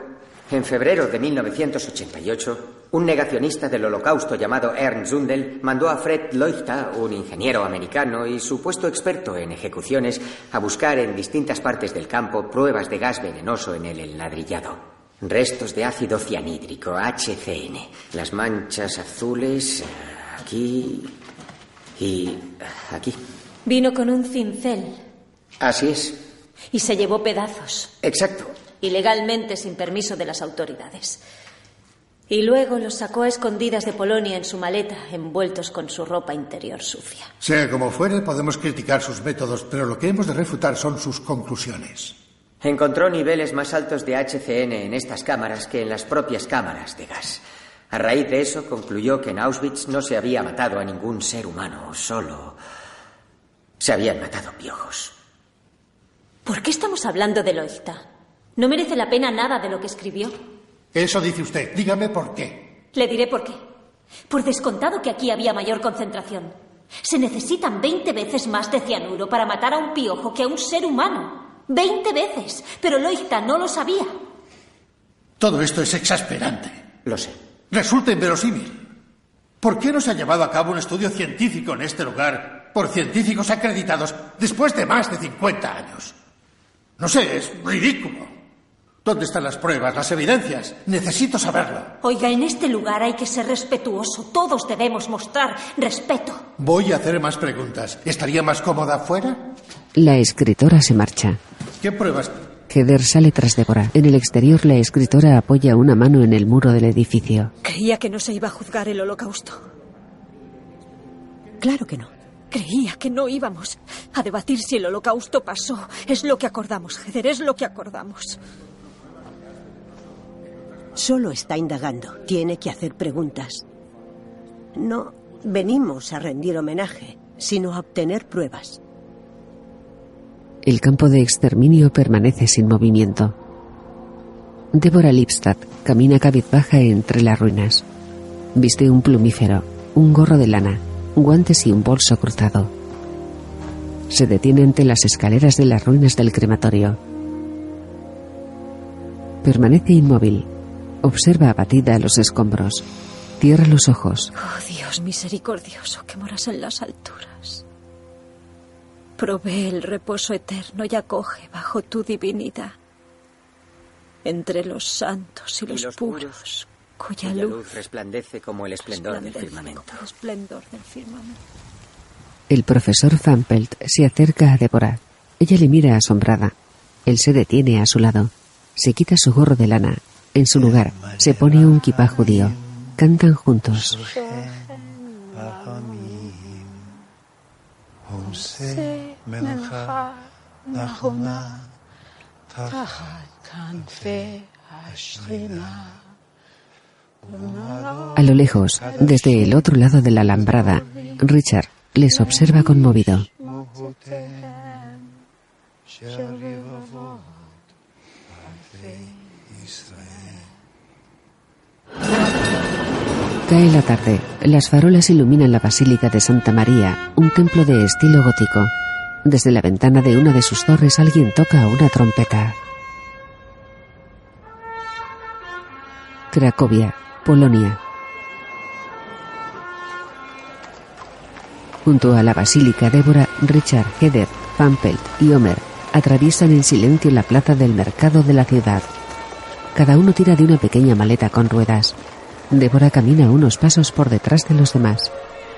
En febrero de mil novecientos ochenta y ocho, un negacionista del Holocausto llamado Ernst Zundel mandó a Fred Leuchter, un ingeniero americano y supuesto experto en ejecuciones, a buscar en distintas partes del campo pruebas de gas venenoso en el enladrillado. Restos de ácido cianhídrico, H C N. Las manchas azules aquí y aquí. Vino con un cincel. Así es. Y se llevó pedazos. Exacto. Ilegalmente, sin permiso de las autoridades. Y luego los sacó a escondidas de Polonia en su maleta, envueltos con su ropa interior sucia. Sea como fuere, podemos criticar sus métodos, pero lo que hemos de refutar son sus conclusiones. Encontró niveles más altos de H C N en estas cámaras que en las propias cámaras de gas. A raíz de eso, concluyó que en Auschwitz no se había matado a ningún ser humano, solo se habían matado piojos. ¿Por qué estamos hablando de Leuchter? ¿No merece la pena nada de lo que escribió? Eso dice usted. Dígame por qué. Le diré por qué. Por descontado que aquí había mayor concentración. Se necesitan veinte veces más de cianuro para matar a un piojo que a un ser humano. ¡Veinte veces! Pero Leuchter no lo sabía. Todo esto es exasperante. Lo sé. Resulta inverosímil. ¿Por qué no se ha llevado a cabo un estudio científico en este lugar por científicos acreditados después de más de cincuenta años? No sé, es ridículo. ¿Dónde están las pruebas, las evidencias? Necesito saberlo. Oiga, en este lugar hay que ser respetuoso. Todos debemos mostrar respeto. Voy a hacer más preguntas. ¿Estaría más cómoda afuera? La escritora se marcha. ¿Qué pruebas? Heather sale tras Deborah. En el exterior, la escritora apoya una mano en el muro del edificio. Creía que no se iba a juzgar el Holocausto. Claro que no. Creía que no íbamos a debatir si el Holocausto pasó. Es lo que acordamos, Heather, es lo que acordamos. Solo está indagando. Tiene que hacer preguntas. No venimos a rendir homenaje, sino a obtener pruebas. El campo de exterminio permanece sin movimiento. Deborah Lipstadt camina cabizbaja entre las ruinas. Viste un plumífero, un gorro de lana, guantes y un bolso cruzado. Se detiene ante las escaleras de las ruinas del crematorio. Permanece inmóvil. Observa abatida los escombros. Cierra los ojos. Oh, Dios misericordioso, que moras en las alturas. Provee el reposo eterno y acoge bajo tu divinidad entre los santos y los, y los puros, puros, cuya, cuya luz, luz resplandece como el esplendor del firmamento. Como el esplendor del firmamento. El profesor Van Pelt se acerca a Deborah. Ella le mira asombrada. Él se detiene a su lado. Se quita su gorro de lana. En su lugar, se pone un kipá judío. Cantan juntos. A lo lejos, desde el otro lado de la alambrada, Richard les observa conmovido. Cae la tarde. Las farolas iluminan la Basílica de Santa María, un templo de estilo gótico. Desde la ventana de una de sus torres alguien toca una trompeta. Cracovia, Polonia. Junto a la basílica, Deborah, Richard, Heather, Van Pelt y Homer atraviesan en silencio la plaza del mercado de la ciudad. Cada uno tira de una pequeña maleta con ruedas. Deborah camina unos pasos por detrás de los demás.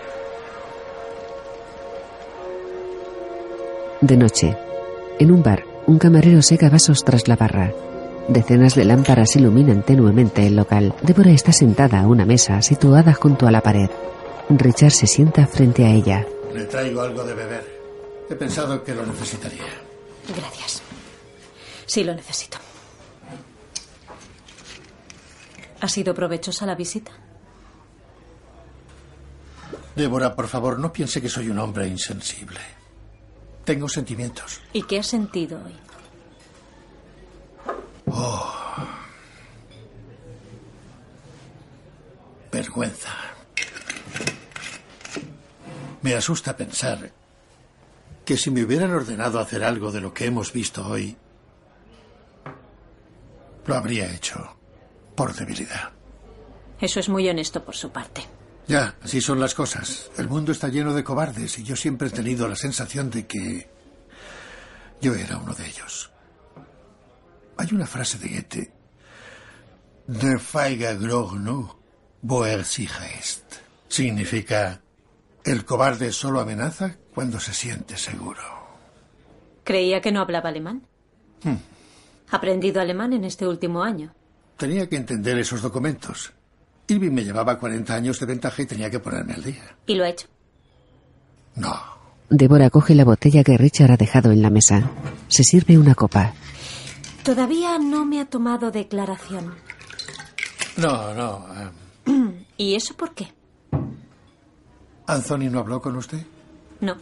De noche, en un bar, un camarero seca vasos tras la barra. Decenas de lámparas iluminan tenuemente el local. Deborah está sentada a una mesa situada junto a la pared. Richard se sienta frente a ella. Le traigo algo de beber. He pensado que lo necesitaría. Gracias. Sí, lo necesito. ¿Ha sido provechosa la visita? Deborah, por favor, no piense que soy un hombre insensible. Tengo sentimientos. ¿Y qué has sentido hoy? Oh. Vergüenza. Me asusta pensar que si me hubieran ordenado hacer algo de lo que hemos visto hoy, lo habría hecho. por debilidad. Eso es muy honesto por su parte. Ya, así son las cosas. El mundo está lleno de cobardes y yo siempre he tenido la sensación de que yo era uno de ellos. Hay una frase de Goethe: Der feige Groch no, wo er sicher ist. Significa: el cobarde solo amenaza cuando se siente seguro. Creía que no hablaba alemán. Hmm. ¿Ha aprendido alemán en este último año? Tenía que entender esos documentos. Irving me llevaba cuarenta años de ventaja y tenía que ponerme al día. ¿Y lo ha hecho? No. Débora coge la botella que Richard ha dejado en la mesa. Se sirve una copa. Todavía no me ha tomado declaración. No, no. Um... ¿Y eso por qué? ¿Anthony no habló con usted? No.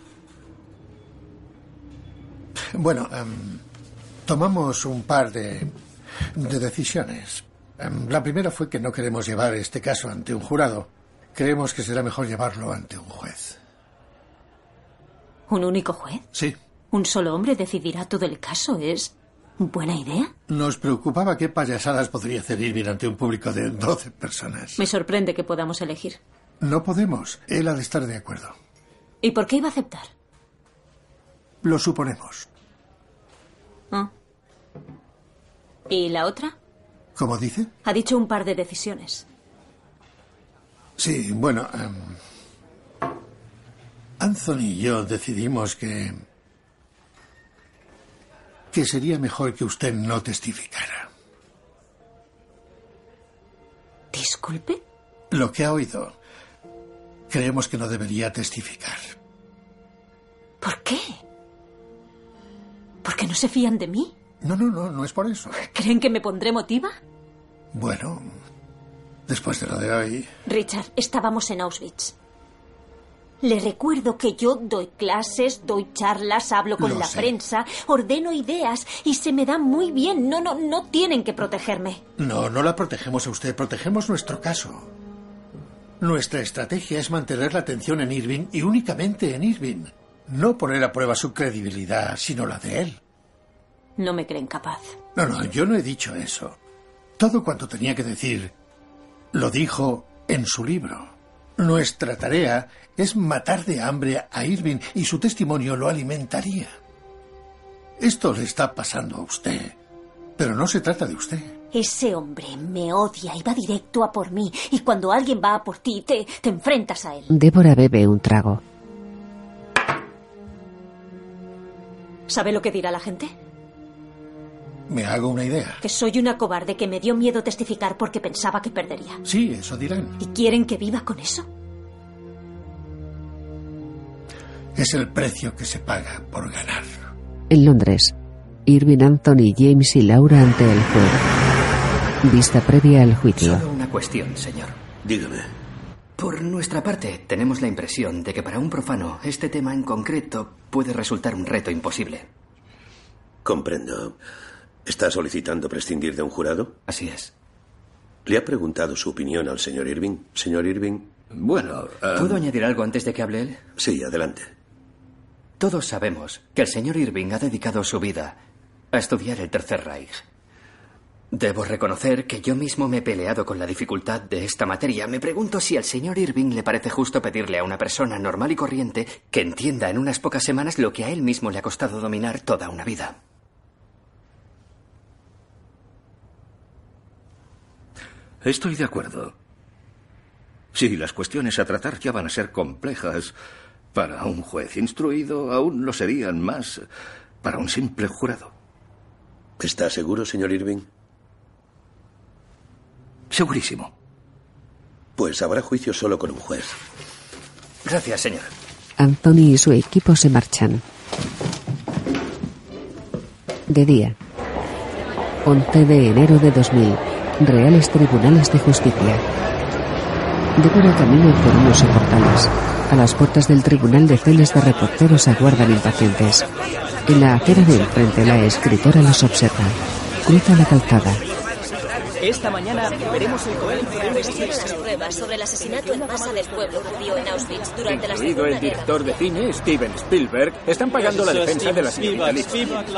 Bueno, um, tomamos un par de, de decisiones. Um, la primera fue que no queremos llevar este caso ante un jurado. Creemos que será mejor llevarlo ante un juez. ¿Un único juez? Sí. ¿Un solo hombre decidirá todo el caso? ¿Es buena idea? Nos preocupaba qué payasadas podría hacer Irving ante un público de doce personas. Me sorprende que podamos elegir. No podemos. Él ha de estar de acuerdo. ¿Y por qué iba a aceptar? Lo suponemos. ¿Ah? ¿Y la otra? ¿Cómo dice? Ha dicho un par de decisiones. Sí, bueno... Um, Anthony y yo decidimos que... que sería mejor que usted no testificara. ¿Disculpe? Lo que ha oído. Creemos que no debería testificar. ¿Por qué? ¿Por qué no se fían de mí? No, no, no, no es por eso. ¿Creen que me pondré emotiva? Bueno, después de lo de hoy... Richard, estábamos en Auschwitz. Le recuerdo que yo doy clases, doy charlas, hablo con Lo la sé. prensa, ordeno ideas y se me da muy bien. No, no, no tienen que protegerme. No, no la protegemos a usted, protegemos nuestro caso. Nuestra estrategia es mantener la atención en Irving y únicamente en Irving. No poner a prueba su credibilidad, sino la de él. No me creen capaz. No, no, yo no he dicho eso. Todo cuanto tenía que decir lo dijo en su libro. Nuestra tarea es matar de hambre a Irving y su testimonio lo alimentaría. Esto le está pasando a usted, pero no se trata de usted. Ese hombre me odia y va directo a por mí. Y cuando alguien va a por ti, te, te enfrentas a él. Débora bebe un trago. ¿Sabe lo que dirá la gente? Me hago una idea. Que soy una cobarde que me dio miedo testificar porque pensaba que perdería. Sí, eso dirán. ¿Y quieren que viva con eso? Es el precio que se paga por ganar. En Londres, Irving, Anthony, James y Laura ante el juez. Vista previa al juicio. Solo una cuestión, señor. Dígame. Por nuestra parte, tenemos la impresión de que para un profano este tema en concreto puede resultar un reto imposible. Comprendo. ¿Está solicitando prescindir de un jurado? Así es. ¿Le ha preguntado su opinión al señor Irving? Señor Irving. Bueno, um... ¿puedo añadir algo antes de que hable él? Sí, adelante. Todos sabemos que el señor Irving ha dedicado su vida a estudiar el Tercer Reich. Debo reconocer que yo mismo me he peleado con la dificultad de esta materia. Me pregunto si al señor Irving le parece justo pedirle a una persona normal y corriente que entienda en unas pocas semanas lo que a él mismo le ha costado dominar toda una vida. Estoy de acuerdo. Sí, las cuestiones a tratar ya van a ser complejas. Para un juez instruido aún lo serían más para un simple jurado. ¿Está seguro, señor Irving? Segurísimo. Pues habrá juicio solo con un juez. Gracias, señor. Anthony y su equipo se marchan. De día. once de enero de dos mil. Reales Tribunales de Justicia. Débora camina por unos soportales. A las puertas del tribunal decenas de reporteros aguardan impacientes. En la acera de enfrente la escritora los observa. Cruza la calzada. Esta mañana veremos el colegio. Las pruebas sobre el asesinato en masa del pueblo judío en Auschwitz durante la Incluido Segunda el director de cine, Steven Spielberg, están pagando la defensa de la señorita Lipstadt.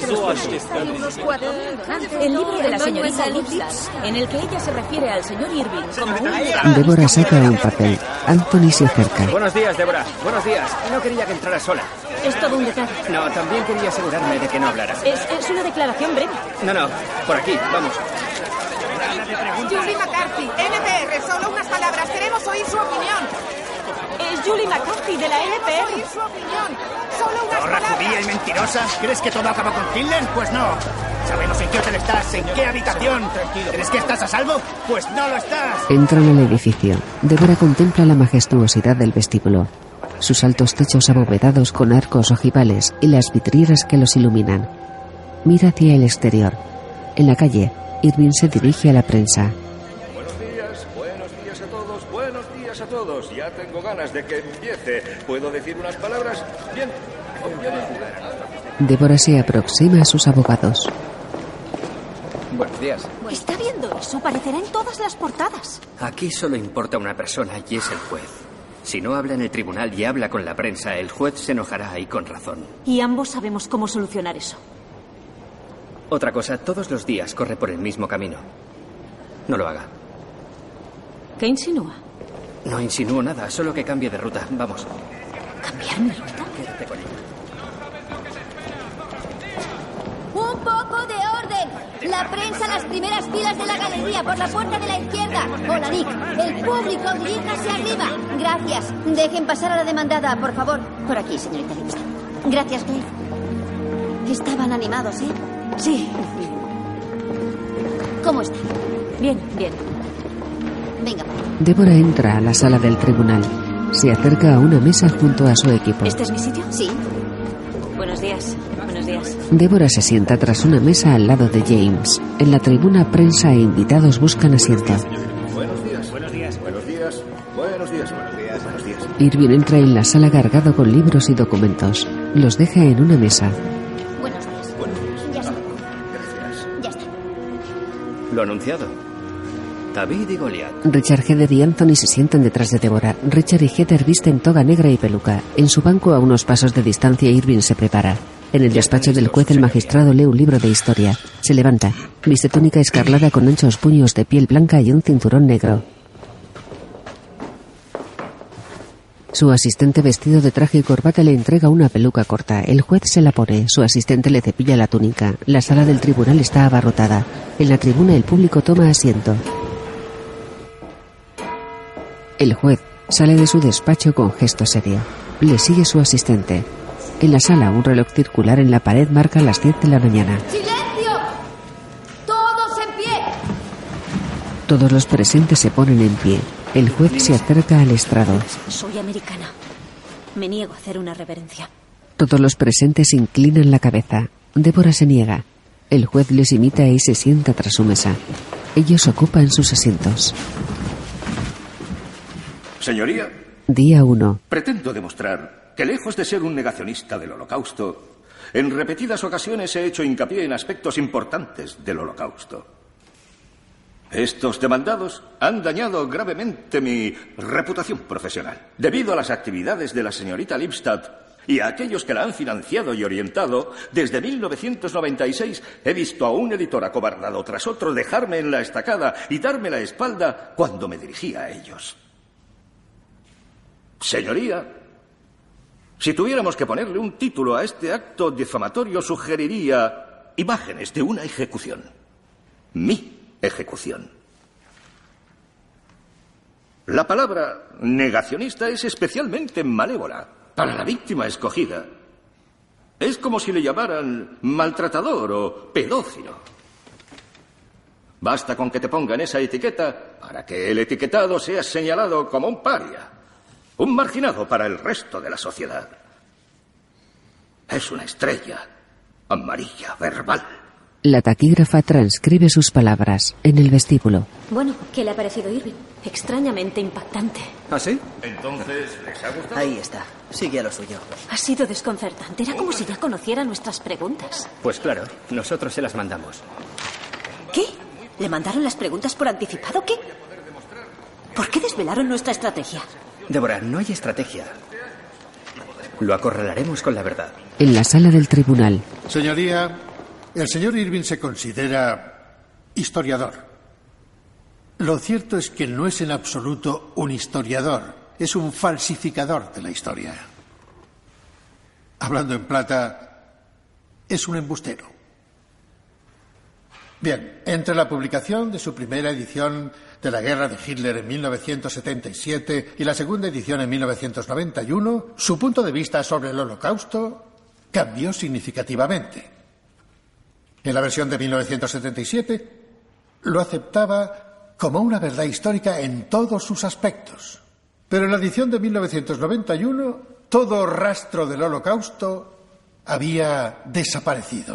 El libro de la señorita Lipstadt, en el que ella se refiere al señor Irving como un... Débora saca un papel. Anthony se acerca. Buenos días, Débora. Buenos días. No quería que entrara sola. Es todo un detalle. No, también quería asegurarme de que no hablara. Es, es una declaración breve. No, no. Por aquí. Vamos. Julie McCarthy, N P R, solo unas palabras. Queremos oír su opinión. Es Julie McCarthy de la N P R. Oír su opinión. Solo unas ¿Zorra palabras. judía y mentirosa? ¿Crees que todo acaba con Hitler? Pues no. Sabemos en qué hotel estás, en qué habitación. ¿Crees que estás a salvo? Pues no lo estás. Entran al edificio. Débora contempla la majestuosidad del vestíbulo. Sus altos techos abovedados con arcos ojivales y las vidrieras que los iluminan. Mira hacia el exterior. En la calle, Irving se dirige a la prensa. Buenos días, buenos días a todos, buenos días a todos. Ya tengo ganas de que empiece. ¿Puedo decir unas palabras? Bien, obviamente. Débora se aproxima a sus abogados. Buenos días. ¿Está viendo eso? Aparecerá en todas las portadas. Aquí solo importa una persona y es el juez. Si no habla en el tribunal y habla con la prensa, el juez se enojará y con razón. Y ambos sabemos cómo solucionar eso. Otra cosa, todos los días corre por el mismo camino. No lo haga. ¿Qué insinúa? No insinúo nada, solo que cambie de ruta. Vamos. ¿Cambiar mi ruta? Quédate con ella. ¡Un poco de orden! La prensa en las primeras filas de la galería, por la puerta de la izquierda. Hola, Nick. El público, diríjase arriba. Gracias. Dejen pasar a la demandada, por favor. Por aquí, señorita Lipstadt. Gracias, Claire. Estaban animados, ¿eh? Sí. ¿Cómo están? Bien, bien. Venga. Débora entra a la sala del tribunal. Se acerca a una mesa junto a su equipo. ¿Este es mi sitio? Sí. Buenos días. Buenos días. Débora se sienta tras una mesa al lado de James. En la tribuna, prensa e invitados buscan asiento. Buenos días, buenos días, buenos días, buenos días, buenos días, buenos días. Irving entra en la sala cargado con libros y documentos. Los deja en una mesa. Buenos días. Buenos días. Ya está. Gracias. Ya está. Lo anunciado. David y Goliat. Richard, Heather y Anthony se sientan detrás de Débora. Richard y Heather visten toga negra y peluca. En su banco, a unos pasos de distancia, Irving se prepara. En el despacho del juez, el magistrado lee un libro de historia. Se levanta. Viste túnica escarlata con anchos puños de piel blanca y un cinturón negro. Su asistente, vestido de traje y corbata, le entrega una peluca corta. El juez se la pone. Su asistente le cepilla la túnica. La sala del tribunal está abarrotada. En la tribuna, el público toma asiento. El juez sale de su despacho con gesto serio. Le sigue su asistente. En la sala, un reloj circular en la pared marca las diez de la mañana. ¡Silencio! ¡Todos en pie! Todos los presentes se ponen en pie. El juez se acerca al estrado. Soy americana. Me niego a hacer una reverencia. Todos los presentes inclinan la cabeza. Débora se niega. El juez les imita y se sienta tras su mesa. Ellos ocupan sus asientos. Señoría. Día uno. Pretendo demostrar que, lejos de ser un negacionista del Holocausto, en repetidas ocasiones he hecho hincapié en aspectos importantes del Holocausto. Estos demandados han dañado gravemente mi reputación profesional. Debido a las actividades de la señorita Lipstadt y a aquellos que la han financiado y orientado, desde mil novecientos noventa y seis he visto a un editor acobardado tras otro dejarme en la estacada y darme la espalda cuando me dirigía a ellos. Señoría, si tuviéramos que ponerle un título a este acto difamatorio, sugeriría imágenes de una ejecución. Mi ejecución. La palabra negacionista es especialmente malévola para la víctima escogida. Es como si le llamaran maltratador o pedófilo. Basta con que te pongan esa etiqueta para que el etiquetado sea señalado como un paria, un marginado para el resto de la sociedad. Es una estrella amarilla verbal. La taquígrafa transcribe sus palabras en el vestíbulo. Bueno, ¿qué le ha parecido Irving? Extrañamente impactante. ¿Ah, sí? Entonces, ¿les ha gustado? Ahí está. Sigue a lo suyo. Ha sido desconcertante. Era como si ya conociera nuestras preguntas. Pues claro, nosotros se las mandamos. ¿Qué? ¿Le mandaron las preguntas por anticipado? ¿Qué? ¿Por qué desvelaron nuestra estrategia? Débora, no hay estrategia. Lo acorralaremos con la verdad. En la sala del tribunal. Señoría, el señor Irving se considera historiador. Lo cierto es que no es en absoluto un historiador, es un falsificador de la historia. Hablando en plata, es un embustero. Bien, entre la publicación de su primera edición de la guerra de Hitler en mil novecientos setenta y siete y la segunda edición en mil novecientos noventa y uno, su punto de vista sobre el Holocausto cambió significativamente. En la versión de mil novecientos setenta y siete lo aceptaba como una verdad histórica en todos sus aspectos. Pero en la edición de mil novecientos noventa y uno, todo rastro del Holocausto había desaparecido.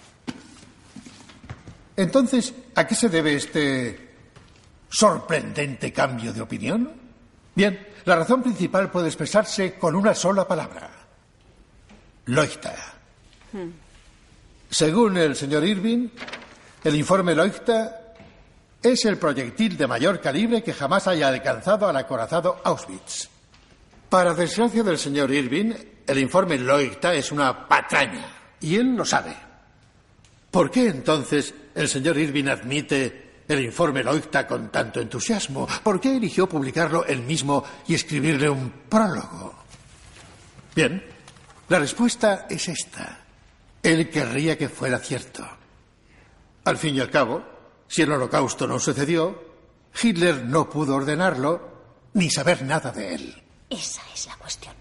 Entonces, ¿a qué se debe este sorprendente cambio de opinión? Bien, la razón principal puede expresarse con una sola palabra. Leuchter. Hmm. Según el señor Irving, el informe Leuchter es el proyectil de mayor calibre que jamás haya alcanzado al acorazado Auschwitz. Para desgracia del señor Irving, el informe Leuchter es una patraña, y él lo sabe. ¿Por qué entonces el señor Irving admite el informe Leuchter con tanto entusiasmo? ¿Por qué eligió publicarlo él mismo y escribirle un prólogo? Bien, la respuesta es esta. Él querría que fuera cierto. Al fin y al cabo, si el Holocausto no sucedió, Hitler no pudo ordenarlo ni saber nada de él. Esa es la cuestión.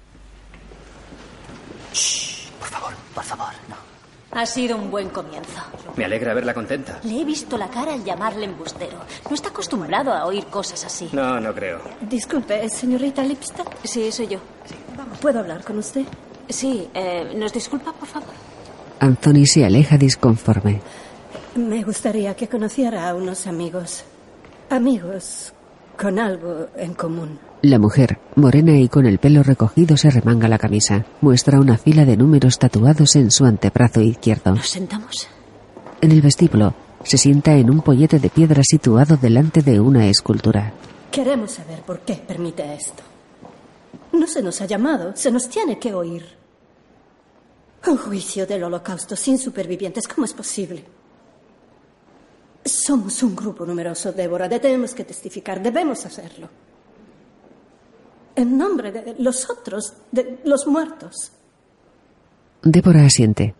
Shh, por favor, por favor, no. Ha sido un buen comienzo. Me alegra verla contenta. Le he visto la cara al llamarle embustero. No está acostumbrado a oír cosas así. No, no creo. Disculpe, señorita Lipstadt. Sí, soy yo. Sí. ¿Puedo hablar con usted? Sí, eh, ¿nos disculpa, por favor? Anthony se aleja disconforme. Me gustaría que conociera a unos amigos. Amigos con algo en común. La mujer, morena y con el pelo recogido, se remanga la camisa. Muestra una fila de números tatuados en su antebrazo izquierdo. ¿Nos sentamos? En el vestíbulo, se sienta en un pollete de piedra situado delante de una escultura. Queremos saber por qué permite esto. No se nos ha llamado, se nos tiene que oír. Un juicio del Holocausto sin supervivientes, ¿cómo es posible? Somos un grupo numeroso, Débora. Tenemos que testificar, debemos hacerlo. En nombre de los otros, de los muertos. Débora asiente.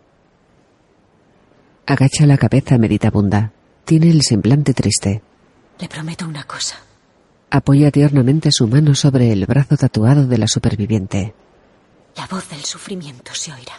Agacha la cabeza meditabunda. Tiene el semblante triste. Le prometo una cosa. Apoya tiernamente su mano sobre el brazo tatuado de la superviviente. La voz del sufrimiento se oirá.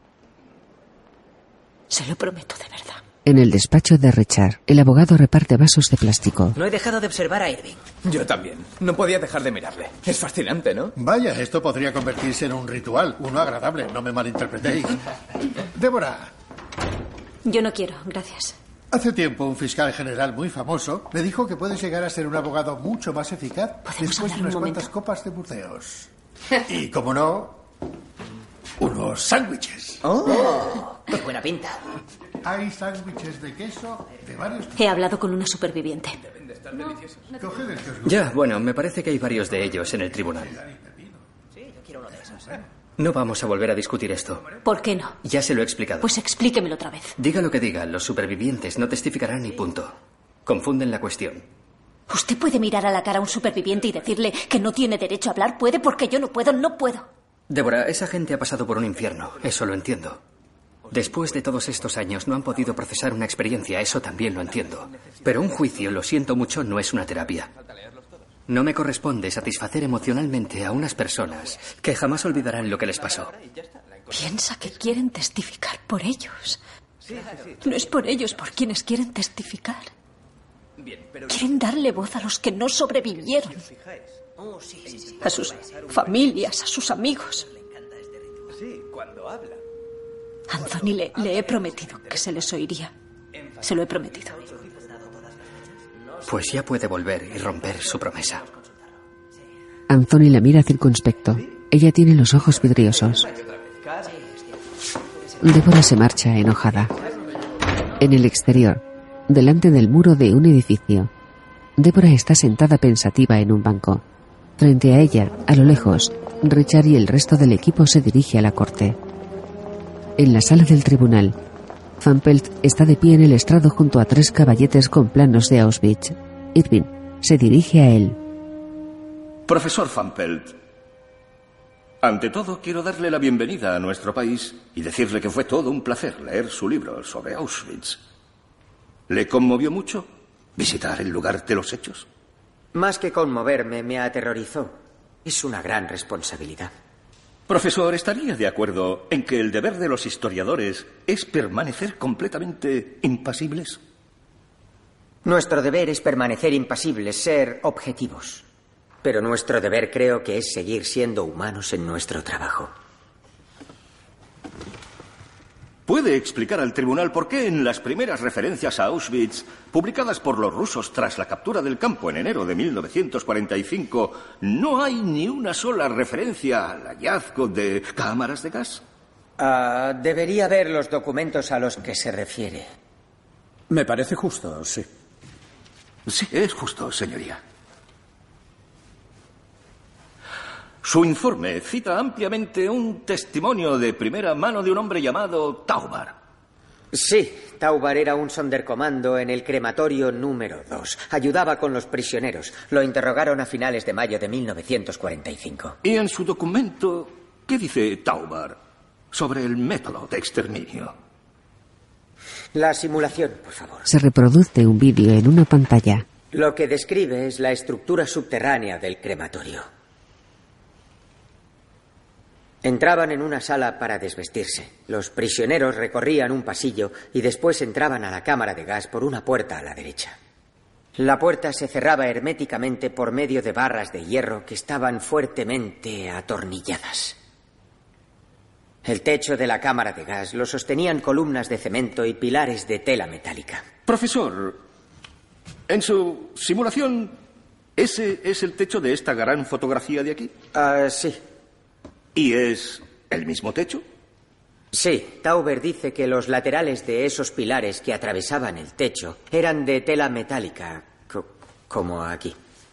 Se lo prometo de verdad. En el despacho de Richard, el abogado reparte vasos de plástico. No he dejado de observar a Irving. Yo también. No podía dejar de mirarle. Es fascinante, ¿no? Vaya, esto podría convertirse en un ritual, uno agradable, no me malinterpretéis. Débora. Yo no quiero, gracias. Hace tiempo un fiscal general muy famoso me dijo que puedes llegar a ser un abogado mucho más eficaz después de unas cuantas copas de Burdeos. Y, como no, unos sándwiches. ¡Oh! ¡Qué buena pinta! Hay sándwiches de queso de varios tipos. He hablado con una superviviente. Deben de estar deliciosos. Coged el que os guste. Ya, bueno, me parece que hay varios de ellos en el tribunal. Sí, yo quiero uno de esos. No vamos a volver a discutir esto. ¿Por qué no? Ya se lo he explicado. Pues explíquemelo otra vez. Diga lo que diga, los supervivientes no testificarán ni punto. Confunden la cuestión. ¿Usted puede mirar a la cara a un superviviente y decirle que no tiene derecho a hablar? ¿Puede? Porque yo no puedo, no puedo. Débora, esa gente ha pasado por un infierno. Eso lo entiendo. Después de todos estos años no han podido procesar una experiencia, eso también lo entiendo. Pero un juicio, lo siento mucho, no es una terapia. No me corresponde satisfacer emocionalmente a unas personas que jamás olvidarán lo que les pasó. Piensa que quieren testificar por ellos. No es por ellos por quienes quieren testificar. Quieren darle voz a los que no sobrevivieron. A sus familias, a sus amigos. Anthony, le, le he prometido que se les oiría. Se lo he prometido. Pues ya puede volver y romper su promesa. Anthony la mira circunspecto. Ella tiene los ojos vidriosos. Débora se marcha enojada. En el exterior, delante del muro de un edificio. Débora está sentada pensativa en un banco. Frente a ella, a lo lejos, Richard y el resto del equipo se dirige a la corte. En la sala del tribunal, Van Pelt está de pie en el estrado junto a tres caballetes con planos de Auschwitz. Irving se dirige a él. Profesor Van Pelt, ante todo quiero darle la bienvenida a nuestro país y decirle que fue todo un placer leer su libro sobre Auschwitz. ¿Le conmovió mucho visitar el lugar de los hechos? Más que conmoverme, me aterrorizó. Es una gran responsabilidad. Profesor, ¿estaría de acuerdo en que el deber de los historiadores es permanecer completamente impasibles? Nuestro deber es permanecer impasibles, ser objetivos. Pero nuestro deber creo que es seguir siendo humanos en nuestro trabajo. ¿Puede explicar al tribunal por qué en las primeras referencias a Auschwitz, publicadas por los rusos tras la captura del campo en enero de mil novecientos cuarenta y cinco, no hay ni una sola referencia al hallazgo de cámaras de gas? Uh, debería ver los documentos a los que se refiere. Me parece justo, sí. Sí, es justo, señoría. Su informe cita ampliamente un testimonio de primera mano de un hombre llamado Tauber. Sí, Tauber era un sonderkommando en el crematorio número dos. Ayudaba con los prisioneros. Lo interrogaron a finales de mayo de mil novecientos cuarenta y cinco. Y en su documento, ¿qué dice Tauber sobre el método de exterminio? La simulación, por favor. Se reproduce un vídeo en una pantalla. Lo que describe es la estructura subterránea del crematorio. Entraban en una sala para desvestirse. Los prisioneros recorrían un pasillo y después entraban a la cámara de gas por una puerta a la derecha. La puerta se cerraba herméticamente por medio de barras de hierro que estaban fuertemente atornilladas. El techo de la cámara de gas lo sostenían columnas de cemento y pilares de tela metálica. Profesor, en su simulación, ¿ese es el techo de esta gran fotografía de aquí? Ah, uh, sí. ¿Y es el mismo techo? Sí, Tauber dice que los laterales de esos pilares que atravesaban el techo eran de tela metálica, co- como aquí.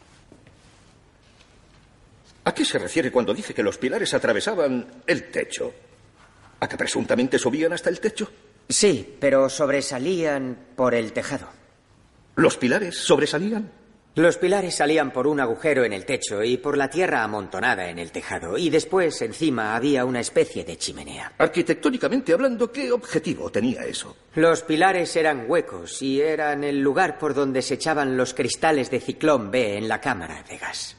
¿A qué se refiere cuando dice que los pilares atravesaban el techo? ¿A que presuntamente subían hasta el techo? Sí, pero sobresalían por el tejado. ¿Los pilares sobresalían? Los pilares salían por un agujero en el techo y por la tierra amontonada en el tejado, y después encima había una especie de chimenea. Arquitectónicamente hablando, ¿qué objetivo tenía eso? Los pilares eran huecos y eran el lugar por donde se echaban los cristales de ciclón B en la cámara de gas.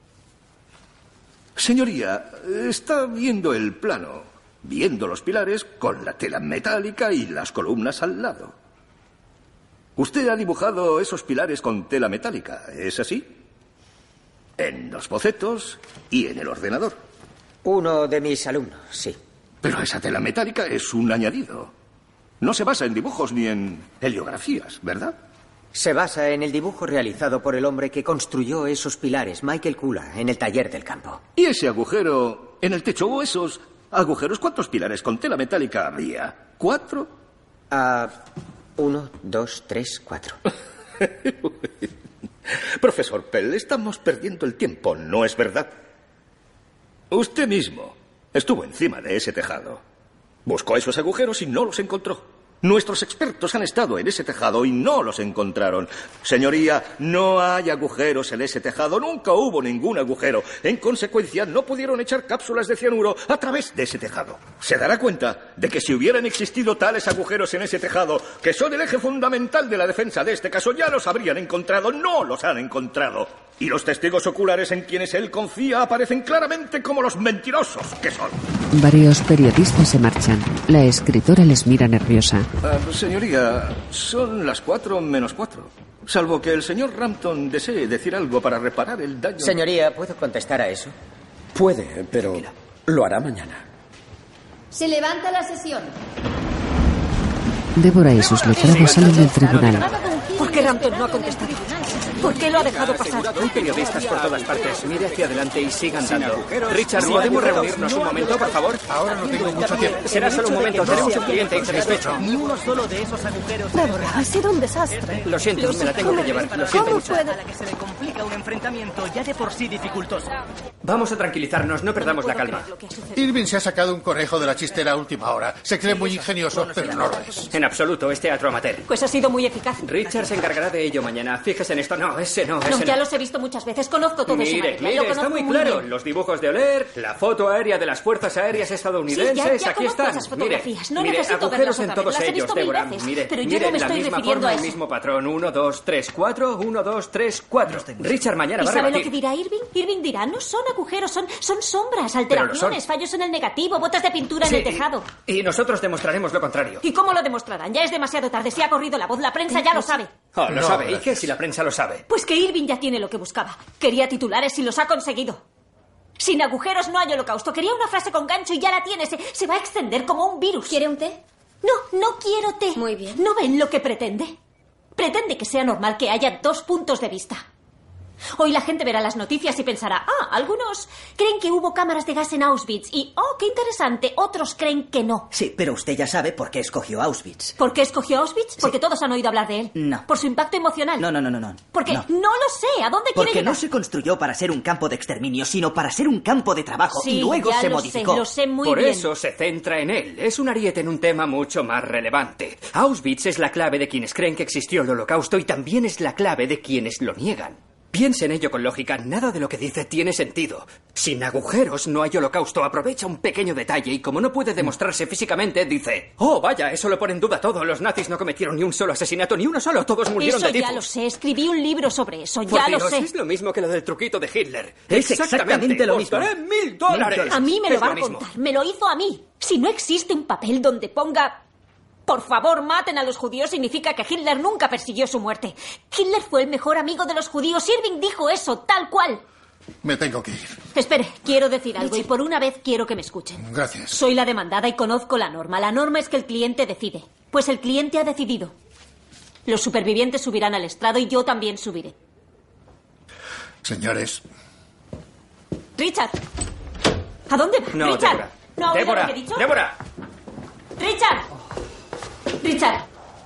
Señoría, está viendo el plano, viendo los pilares con la tela metálica y las columnas al lado. Usted ha dibujado esos pilares con tela metálica, ¿es así? En los bocetos y en el ordenador. Uno de mis alumnos, sí. Pero esa tela metálica es un añadido. No se basa en dibujos ni en heliografías, ¿verdad? Se basa en el dibujo realizado por el hombre que construyó esos pilares, Michael Kula, en el taller del campo. ¿Y ese agujero en el techo o esos agujeros, cuántos pilares con tela metálica había? ¿Cuatro? Ah... Uno, dos, tres, cuatro. Profesor Pell, estamos perdiendo el tiempo, ¿no es verdad? Usted mismo estuvo encima de ese tejado. Buscó esos agujeros y no los encontró. Nuestros expertos han estado en ese tejado y no los encontraron. Señoría, no hay agujeros en ese tejado. Nunca hubo ningún agujero. En consecuencia, no pudieron echar cápsulas de cianuro a través de ese tejado. Se dará cuenta de que si hubieran existido tales agujeros en ese tejado, que son el eje fundamental de la defensa de este caso, ya los habrían encontrado. No los han encontrado. Y los testigos oculares en quienes él confía aparecen claramente como los mentirosos que son. Varios periodistas se marchan. La escritora les mira nerviosa. Uh, señoría, son las cuatro menos cuatro. Salvo que el señor Rampton desee decir algo para reparar el daño. Señoría, ¿puedo contestar a eso? Puede, pero Tranquila. Lo hará mañana. Se levanta la sesión. Débora y sus letrados salen del tribunal. ¿Por qué Rampton no ha contestado? ¿Por qué lo ha dejado pasar? Hay periodistas por todas partes. Mire hacia adelante y sigan dando. Richard, ¿podemos reunirnos un momento, por favor? Ahora no tengo mucho tiempo. Será solo un momento. Tenemos un cliente insatisfecho. Ni uno solo de esos agujeros. Débora, ha sido un desastre. Lo siento, me la tengo que llevar. Lo siento ¿Cómo mucho. puede? A la que se le complica un enfrentamiento ya de por sí dificultoso. Vamos a tranquilizarnos, no perdamos la calma. Irving se ha sacado un conejo de la chistera a última hora. Se cree muy ingenioso, pero no lo es. En absoluto, es teatro amateur. Pues ha sido muy eficaz. Richard se encargará de ello mañana. Fíjese en esto. No, ese no, ese No, no. ya los he visto muchas veces. Conozco todo ese Mire, material. Lo mire, está conozco muy muy claro. bien. Los dibujos de Oler, la foto aérea de las fuerzas aéreas estadounidenses, Sí, ya- ya aquí conozco están. esas fotografías. No mire, necesito agujeros verlas en otra vez. todos Las he ellos, visto mil Débora. veces. Mire, Pero yo mire, no me la estoy misma refiriendo forma, a el eso. mismo patrón. Uno, dos, tres, cuatro. Uno, dos, tres, cuatro. Richard mañana ¿Y va a sabe lo que rebatir. dirá Irving? Irving dirá, no son agujeros, son, son sombras, Pero lo alteraciones, son. fallos en el negativo, botas de pintura Sí, en el tejado. Y nosotros demostraremos lo contrario. ¿Y cómo lo demostrarán? Ya es demasiado tarde, se ha corrido la voz, la prensa ya lo sabe. Oh, lo No, sabe. ¿Y gracias. qué si la prensa lo sabe? Pues que Irving ya tiene lo que buscaba. Quería titulares y los ha conseguido. Sin agujeros no hay holocausto. Quería una frase con gancho y ya la tiene. Se, se va a extender como un virus. ¿Quiere un té? No, no quiero té. Muy bien. ¿No ven lo que pretende? Pretende que sea normal que haya dos puntos de vista. Hoy la gente verá las noticias y pensará, ah, algunos creen que hubo cámaras de gas en Auschwitz y, oh, qué interesante, otros creen que no. Sí, pero usted ya sabe por qué escogió Auschwitz. ¿Por qué escogió Auschwitz? Porque todos han oído hablar de él. No. Por su impacto emocional. No, no, no, no, no. Porque No. no, lo sé. ¿A dónde quiere Porque llegar? no se construyó para ser un campo de exterminio, sino para ser un campo de trabajo. Sí, y luego ya se lo modificó. sé, lo sé muy Por bien. eso se centra en él. Es un ariete en un tema mucho más relevante. Auschwitz es la clave de quienes creen que existió el holocausto y también es la clave de quienes lo niegan. Piense en ello con lógica. Nada de lo que dice tiene sentido. Sin agujeros no hay holocausto. Aprovecha un pequeño detalle y como no puede demostrarse físicamente, dice: oh, vaya, eso lo pone en duda todo. Los nazis no cometieron ni un solo asesinato, ni uno solo. Todos murieron Eso de tifus. ya lo sé. Escribí un libro sobre eso. Por Ya lo Dios, sé. es lo mismo que lo del truquito de Hitler. Es exactamente lo mismo. Costaré mil dólares. A mí me lo Es va a mismo. contar. Me lo hizo a mí. Si no existe un papel donde ponga... Por favor, maten a los judíos, significa que Hitler nunca persiguió su muerte. Hitler fue el mejor amigo de los judíos. Irving dijo eso, tal cual. Me tengo que ir. Espere, quiero decir algo y por una vez quiero que me escuchen. Gracias. Soy la demandada y conozco la norma. La norma es que el cliente decide. Pues el cliente ha decidido. Los supervivientes subirán al estrado y yo también subiré. Señores, Richard. ¿A dónde va? No, Richard. Débora. ¿No ha oído Débora, lo que he dicho? Débora. Richard. Richard.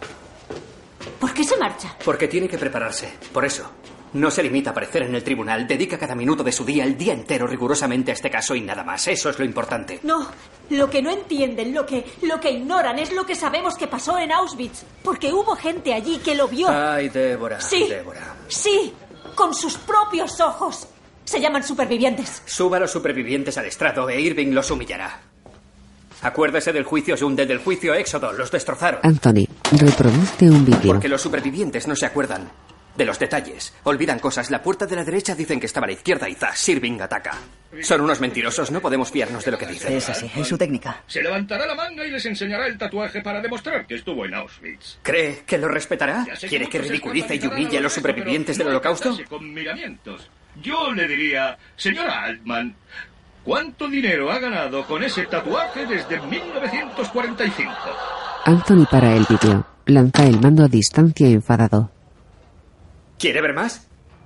¿Por qué se marcha? Porque tiene que prepararse. Por eso. No se limita a aparecer en el tribunal. Dedica cada minuto de su día, el día entero, rigurosamente a este caso y nada más. Eso es lo importante. No, lo que no entienden, lo que, lo que ignoran es lo que sabemos que pasó en Auschwitz. Porque hubo gente allí que lo vio. Ay, Débora. Sí. Débora. Sí, con sus propios ojos. Se llaman supervivientes. Suba a los supervivientes al estrado e Irving los humillará. Acuérdese del juicio Junde, del juicio Éxodo. Los destrozaron. Anthony, reproduce un vídeo. Porque los supervivientes no se acuerdan de los detalles. Olvidan cosas. La puerta de la derecha dicen que estaba a la izquierda y zas, Irving ataca. Son unos mentirosos. No podemos fiarnos de lo que dicen. Es así, es su técnica. Se levantará la manga y les enseñará el tatuaje para demostrar que estuvo en Auschwitz. ¿Cree que lo respetará? Ya sé ¿Quiere que muchos ridiculice y escandalizarán humille a los resto, supervivientes pero del no holocausto? casarse con miramientos. Yo le diría, señora Altman, ¿cuánto dinero ha ganado con ese tatuaje desde mil novecientos cuarenta y cinco? Anthony para el vídeo. Lanza el mando a distancia enfadado. ¿Quiere ver más?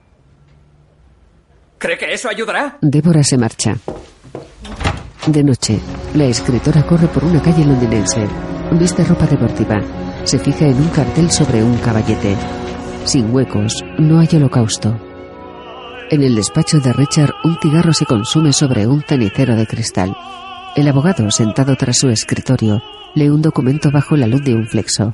¿Cree que eso ayudará? Débora se marcha. De noche, la escritora corre por una calle londinense. Viste ropa deportiva. Se fija en un cartel sobre un caballete. Sin huecos, no hay holocausto. En el despacho de Richard, un cigarro se consume sobre un cenicero de cristal. El abogado, sentado tras su escritorio, lee un documento bajo la luz de un flexo.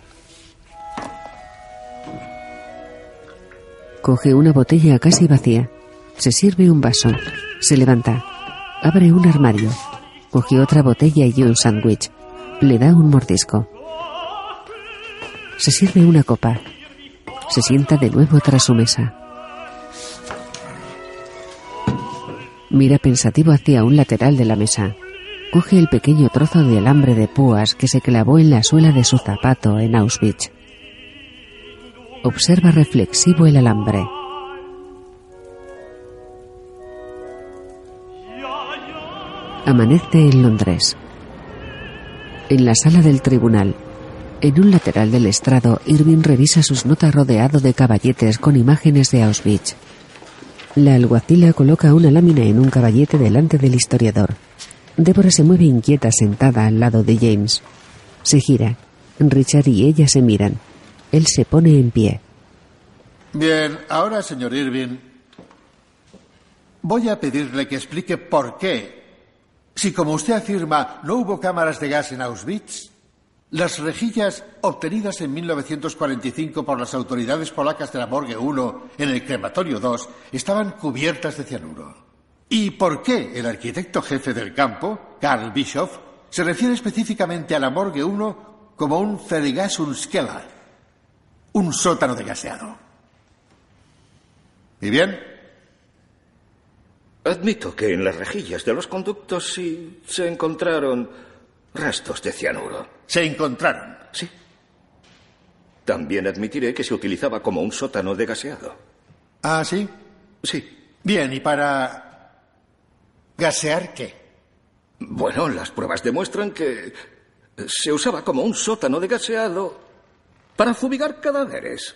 Coge una botella casi vacía. Se sirve un vaso. Se levanta. Abre un armario. Coge otra botella y un sándwich. Le da un mordisco. Se sirve una copa. Se sienta de nuevo tras su mesa. Mira pensativo hacia un lateral de la mesa. Coge el pequeño trozo de alambre de púas que se clavó en la suela de su zapato en Auschwitz. Observa reflexivo el alambre. Amanece en Londres. En la sala del tribunal, En un lateral del estrado, Irving revisa sus notas rodeado de caballetes con imágenes de Auschwitz. La alguacila coloca una lámina en un caballete delante del historiador. Débora se mueve inquieta sentada al lado de James. Se gira. Richard y ella se miran. Él se pone en pie. Bien, ahora, señor Irving, voy a pedirle que explique por qué, si como usted afirma no hubo cámaras de gas en Auschwitz, las rejillas obtenidas en mil novecientos cuarenta y cinco por las autoridades polacas de la Morgue uno en el crematorio dos estaban cubiertas de cianuro. ¿Y por qué el arquitecto jefe del campo, Karl Bischoff, se refiere específicamente a la Morgue uno como un Vergasungskeller, un sótano de gaseado? ¿Y bien? Admito que en las rejillas de los conductos sí se encontraron restos de cianuro. ¿Se encontraron? Sí. También admitiré que se utilizaba como un sótano de gaseado. ¿Ah, sí? Sí. Bien, ¿y para gasear qué? Bueno, las pruebas demuestran que se usaba como un sótano de gaseado para fumigar cadáveres.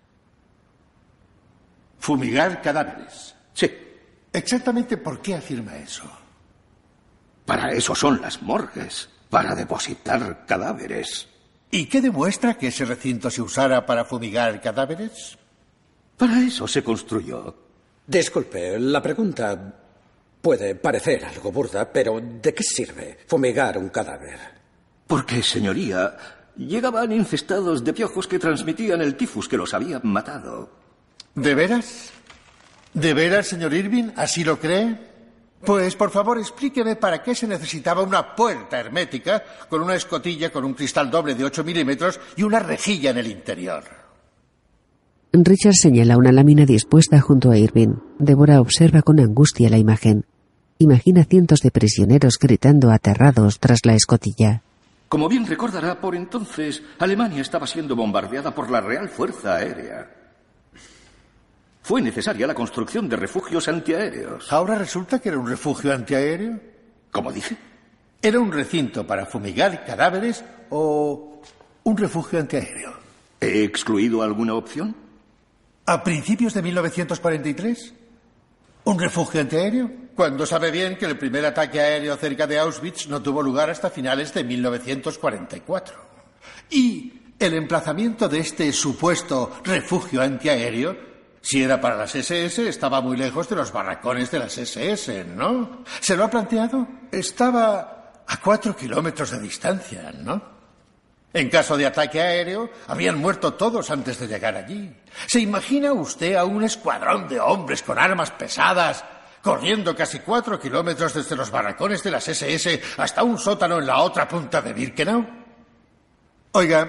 ¿Fumigar cadáveres? Sí. ¿Exactamente por qué afirma eso? Para eso son las morgues, para depositar cadáveres. ¿Y qué demuestra que ese recinto se usara para fumigar cadáveres? Para eso se construyó. Disculpe, la pregunta puede parecer algo burda, pero ¿de qué sirve fumigar un cadáver? Porque, señoría, llegaban infestados de piojos que transmitían el tifus que los había matado. ¿De veras? ¿De veras, señor Irving? ¿Así lo cree? Pues, por favor, explíqueme para qué se necesitaba una puerta hermética con una escotilla con un cristal doble de ocho milímetros y una rejilla en el interior. Richard señala una lámina dispuesta junto a Irving. Débora observa con angustia la imagen. Imagina cientos de prisioneros gritando aterrados tras la escotilla. Como bien recordará, por entonces Alemania estaba siendo bombardeada por la Real Fuerza Aérea. Fue necesaria la construcción de refugios antiaéreos. ¿Ahora resulta que era un refugio antiaéreo? ¿Cómo dice? ¿Era un recinto para fumigar cadáveres o un refugio antiaéreo? ¿He excluido alguna opción? ¿A principios de mil novecientos cuarenta y tres? ¿Un refugio antiaéreo? Cuando sabe bien que el primer ataque aéreo cerca de Auschwitz no tuvo lugar hasta finales de mil novecientos cuarenta y cuatro. Y el emplazamiento de este supuesto refugio antiaéreo, si era para las ese ese, estaba muy lejos de los barracones de las ese ese, ¿no? ¿Se lo ha planteado? Estaba a cuatro kilómetros de distancia, ¿no? En caso de ataque aéreo, habrían muerto todos antes de llegar allí. ¿Se imagina usted a un escuadrón de hombres con armas pesadas corriendo casi cuatro kilómetros desde los barracones de las ese ese hasta un sótano en la otra punta de Birkenau? Oiga,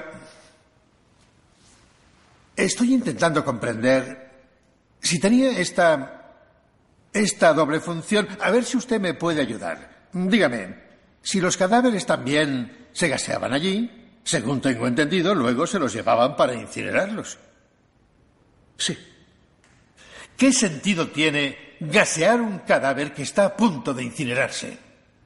estoy intentando comprender si tenía esta, esta doble función. A ver si usted me puede ayudar. Dígame, si los cadáveres también se gaseaban allí, según tengo entendido, luego se los llevaban para incinerarlos. Sí. ¿Qué sentido tiene gasear un cadáver que está a punto de incinerarse?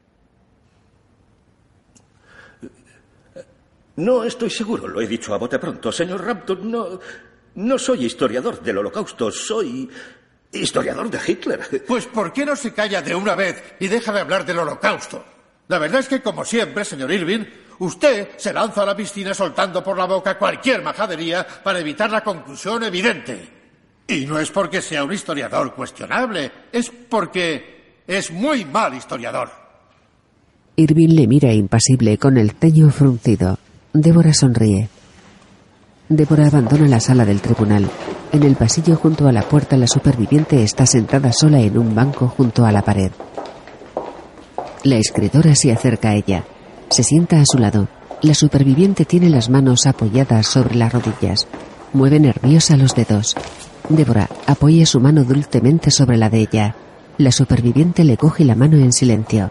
No estoy seguro, lo he dicho a bote pronto. Señor Rampton, no... No soy historiador del Holocausto, soy historiador de Hitler. Pues ¿por qué no se calla de una vez y deja de hablar del Holocausto? La verdad es que, como siempre, señor Irving, usted se lanza a la piscina soltando por la boca cualquier majadería para evitar la conclusión evidente. Y no es porque sea un historiador cuestionable, es porque es muy mal historiador. Irving le mira impasible con el ceño fruncido. Débora sonríe. Débora abandona la sala del tribunal. En el pasillo junto a la puerta, la superviviente está sentada sola en un banco junto a la pared. La escritora se acerca a ella. Se sienta a su lado. La superviviente tiene las manos apoyadas sobre las rodillas. Mueve nerviosa los dedos. Débora apoya su mano dulcemente sobre la de ella. La superviviente le coge la mano en silencio.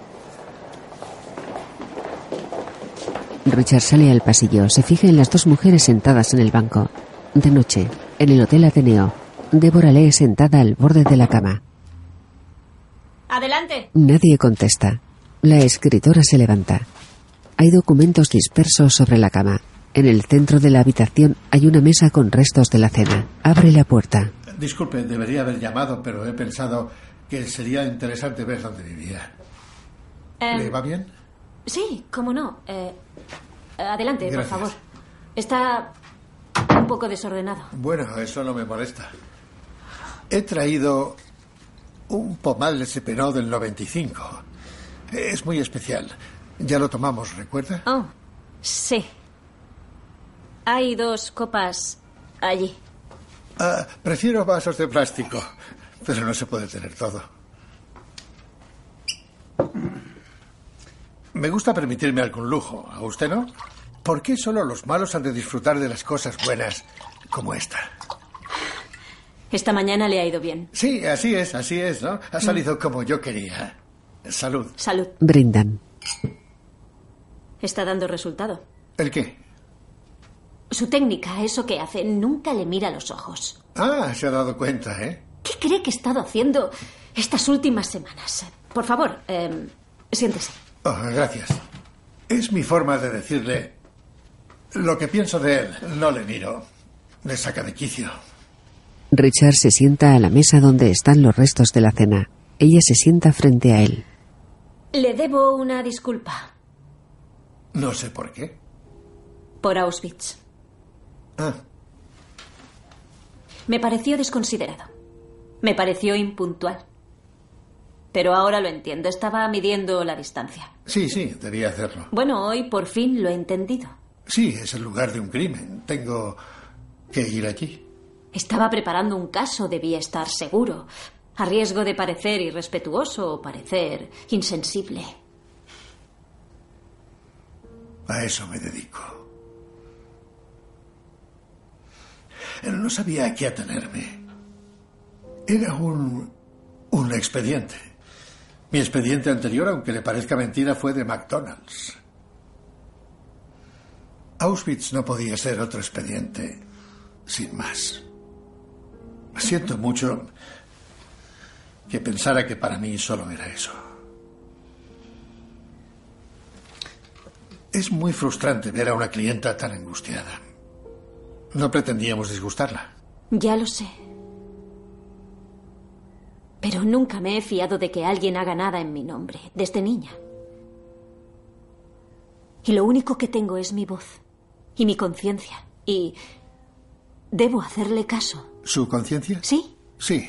Richard sale al pasillo. Se fija en las dos mujeres sentadas en el banco. De noche, en el Hotel Ateneo, Débora lee sentada al borde de la cama. ¡Adelante! Nadie contesta. La escritora se levanta. Hay documentos dispersos sobre la cama. En el centro de la habitación hay una mesa con restos de la cena. Abre la puerta. Disculpe, debería haber llamado, pero he pensado que sería interesante ver dónde vivía. Eh, ¿Le va bien? Sí, cómo no. Eh, adelante, Gracias. por favor. Está un poco desordenado. Bueno, eso no me molesta. He traído un pomal de Sepenó del noventa y cinco. Es muy especial. Ya lo tomamos, ¿recuerda? Oh, sí. Hay dos copas allí. Ah, prefiero vasos de plástico, pero no se puede tener todo. Me gusta permitirme algún lujo, ¿a usted no? ¿Por qué solo los malos han de disfrutar de las cosas buenas como esta? Esta mañana le ha ido bien. Sí, así es, así es, ¿no? Ha salido como yo quería. Salud. Salud. Brindan. Está dando resultado. ¿El qué? Su técnica, eso que hace, nunca le mira a los ojos. Ah, se ha dado cuenta, ¿eh? ¿Qué cree que he estado haciendo estas últimas semanas? Por favor, eh, siéntese. Oh, gracias. Es mi forma de decirle lo que pienso de él. No le miro. Le saca de quicio. Richard se sienta a la mesa donde están los restos de la cena. Ella se sienta frente a él. Le debo una disculpa. No sé por qué. Por Auschwitz. Ah. Me pareció desconsiderado. Me pareció impuntual. Pero ahora lo entiendo. Estaba midiendo la distancia. Sí, sí, debía hacerlo. Bueno, hoy por fin lo he entendido. Sí, es el lugar de un crimen. Tengo que ir allí. Estaba preparando un caso, debía estar seguro. A riesgo de parecer irrespetuoso o parecer insensible. A eso me dedico. No sabía a qué atenerme. Era un... un expediente. Mi expediente anterior, aunque le parezca mentira, fue de McDonald's. Auschwitz no podía ser otro expediente sin más. Siento mucho que pensara que para mí solo era eso. Es muy frustrante ver a una clienta tan angustiada. No pretendíamos disgustarla. Ya lo sé. Pero nunca me he fiado de que alguien haga nada en mi nombre, desde niña. Y lo único que tengo es mi voz y mi conciencia. Y debo hacerle caso. ¿Su conciencia? Sí. Sí.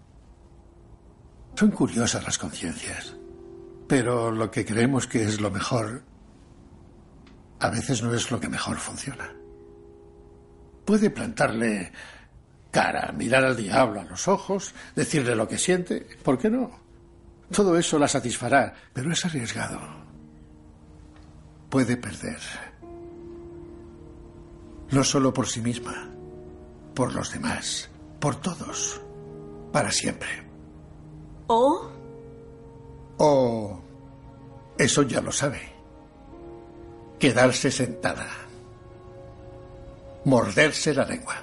Son curiosas las conciencias. Pero lo que creemos que es lo mejor, a veces no es lo que mejor funciona. Puede plantarle cara, mirar al diablo a los ojos, decirle lo que siente. ¿Por qué no? Todo eso la satisfará, pero es arriesgado. Puede perder. No solo por sí misma, por los demás, por todos, para siempre. ¿O? O... eso ya lo sabe. Quedarse sentada. Morderse la lengua.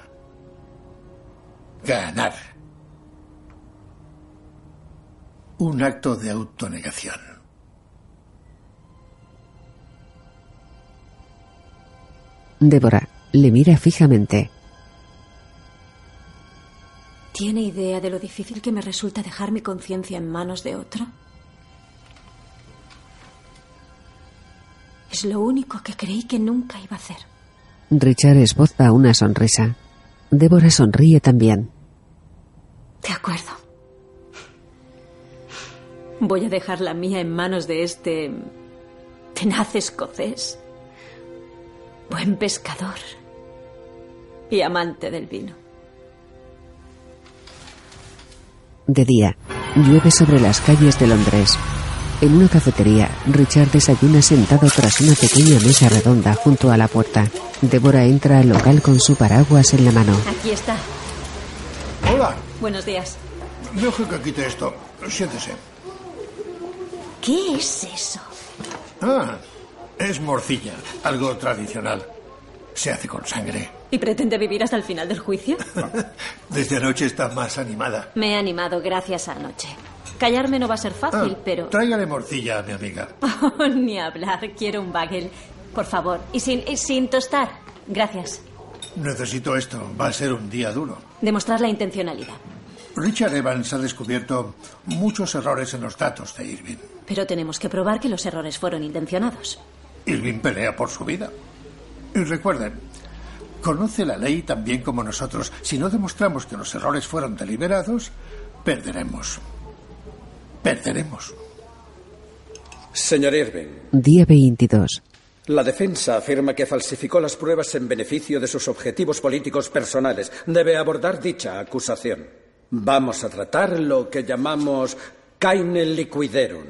Ganar. Un acto de autonegación. Débora le mira fijamente. ¿Tiene idea de lo difícil que me resulta dejar mi conciencia en manos de otro? Es lo único que creí que nunca iba a hacer. Richard esboza una sonrisa. Débora sonríe también. De acuerdo. Voy a dejar la mía en manos de este tenaz escocés, buen pescador y amante del vino. De día, llueve sobre las calles de Londres. En una cafetería, Richard desayuna sentado tras una pequeña mesa redonda junto a la puerta. Débora entra al local con su paraguas en la mano. Aquí está. Hola. Buenos días. Deje que quite esto. Siéntese. ¿Qué es eso? Ah, es morcilla, algo tradicional. Se hace con sangre. ¿Y pretende vivir hasta el final del juicio? Desde anoche está más animada. Me he animado gracias a anoche. Callarme no va a ser fácil, ah, pero... Tráigale morcilla a mi amiga. Oh, ni hablar, quiero un bagel. Por favor, y sin, y sin tostar. Gracias. Necesito esto. Va a ser un día duro. Demostrar la intencionalidad. Richard Evans ha descubierto muchos errores en los datos de Irving. Pero tenemos que probar que los errores fueron intencionados. Irving pelea por su vida. Y recuerden, conoce la ley tan bien como nosotros. Si no demostramos que los errores fueron deliberados, perderemos. Perderemos. Señor Irving. Día veintidós. La defensa afirma que falsificó las pruebas en beneficio de sus objetivos políticos personales. Debe abordar dicha acusación. Vamos a tratar lo que llamamos caine liquiderum.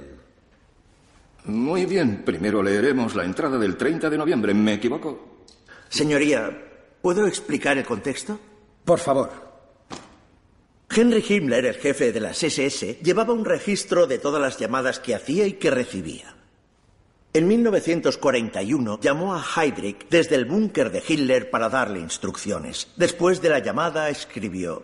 Muy bien. Primero leeremos la entrada del treinta de noviembre. ¿Me equivoco? Señoría, ¿puedo explicar el contexto? Por favor. Henry Himmler, el jefe de las ese ese, llevaba un registro de todas las llamadas que hacía y que recibía. En mil novecientos cuarenta y uno llamó a Heydrich desde el búnker de Hitler para darle instrucciones. Después de la llamada escribió: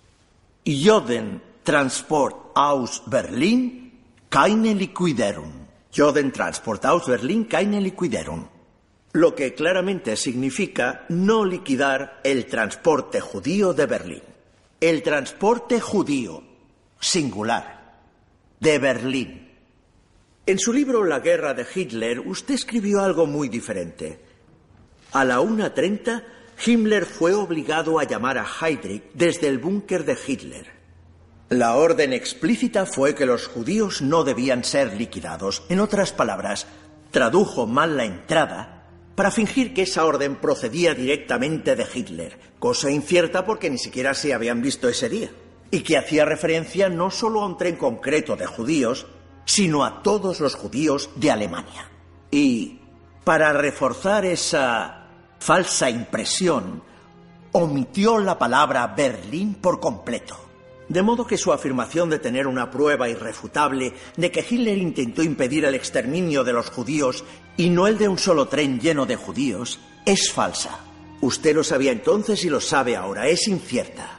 Joden Transport aus Berlin keine Liquiderum. Joden Transport aus Berlin keine Liquiderum. Lo que claramente significa no liquidar el transporte judío de Berlín. El transporte judío, singular, de Berlín. En su libro La guerra de Hitler, usted escribió algo muy diferente. A la una treinta, Himmler fue obligado a llamar a Heydrich desde el búnker de Hitler. La orden explícita fue que los judíos no debían ser liquidados. En otras palabras, tradujo mal la entrada para fingir que esa orden procedía directamente de Hitler, cosa incierta porque ni siquiera se habían visto ese día, y que hacía referencia no solo a un tren concreto de judíos, sino a todos los judíos de Alemania. Y para reforzar esa falsa impresión, omitió la palabra Berlín por completo. De modo que su afirmación de tener una prueba irrefutable de que Hitler intentó impedir el exterminio de los judíos y no el de un solo tren lleno de judíos es falsa. Usted lo sabía entonces y lo sabe ahora. Es incierta.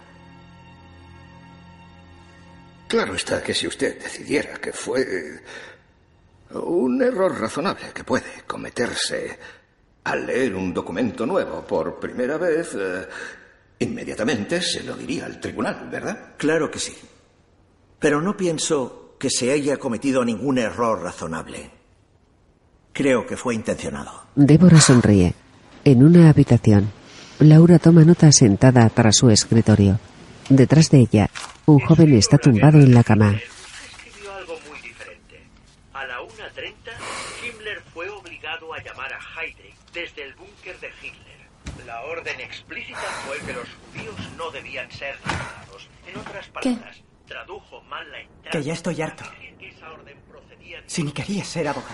Claro está que si usted decidiera que fue un error razonable que puede cometerse al leer un documento nuevo por primera vez, eh, inmediatamente se lo diría al tribunal, ¿verdad? Claro que sí. Pero no pienso que se haya cometido ningún error razonable. Creo que fue intencionado. Débora sonríe. En una habitación, Laura toma nota sentada tras su escritorio. Detrás de ella, un joven está tumbado en la cama. Escribió algo muy diferente. A la una treinta, Himmler fue obligado a llamar a Heydrich desde el búnker de Hitler. La orden explícita fue que los judíos no debían ser liquidados. En otras palabras, tradujo mal la entrada. Que ya estoy harto. Si ni quería ser abogada.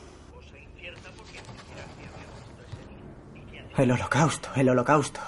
El holocausto, el holocausto.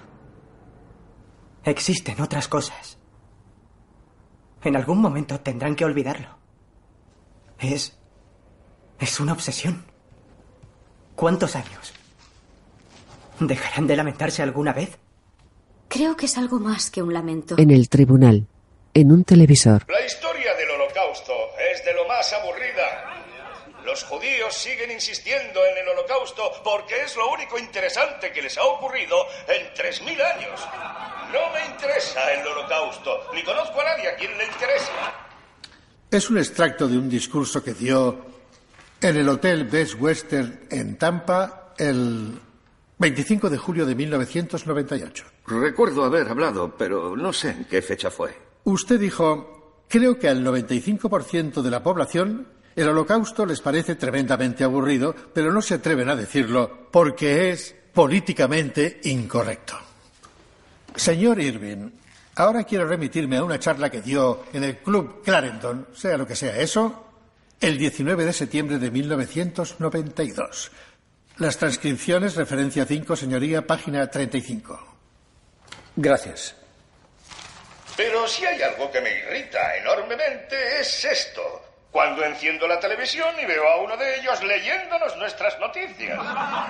Existen otras cosas. En algún momento tendrán que olvidarlo. Es... es una obsesión. ¿Cuántos años? ¿Dejarán de lamentarse alguna vez? Creo que es algo más que un lamento. En el tribunal, en un televisor. La historia del holocausto es de lo más aburrida. Los judíos siguen insistiendo en el holocausto porque es lo único interesante que les ha ocurrido en tres mil años. No me interesa el holocausto, ni conozco a nadie a quien le interese. Es un extracto de un discurso que dio en el Hotel Best Western en Tampa el veinticinco de julio de mil novecientos noventa y ocho. Recuerdo haber hablado, pero no sé en qué fecha fue. Usted dijo: creo que al noventa y cinco por ciento de la población el holocausto les parece tremendamente aburrido, pero no se atreven a decirlo porque es políticamente incorrecto. Señor Irving, ahora quiero remitirme a una charla que dio en el Club Clarendon, sea lo que sea eso, el diecinueve de septiembre de mil novecientos noventa y dos. Las transcripciones, referencia cinco, señoría, página treinta y cinco. Gracias. Pero si hay algo que me irrita enormemente es esto. Cuando enciendo la televisión y veo a uno de ellos leyéndonos nuestras noticias.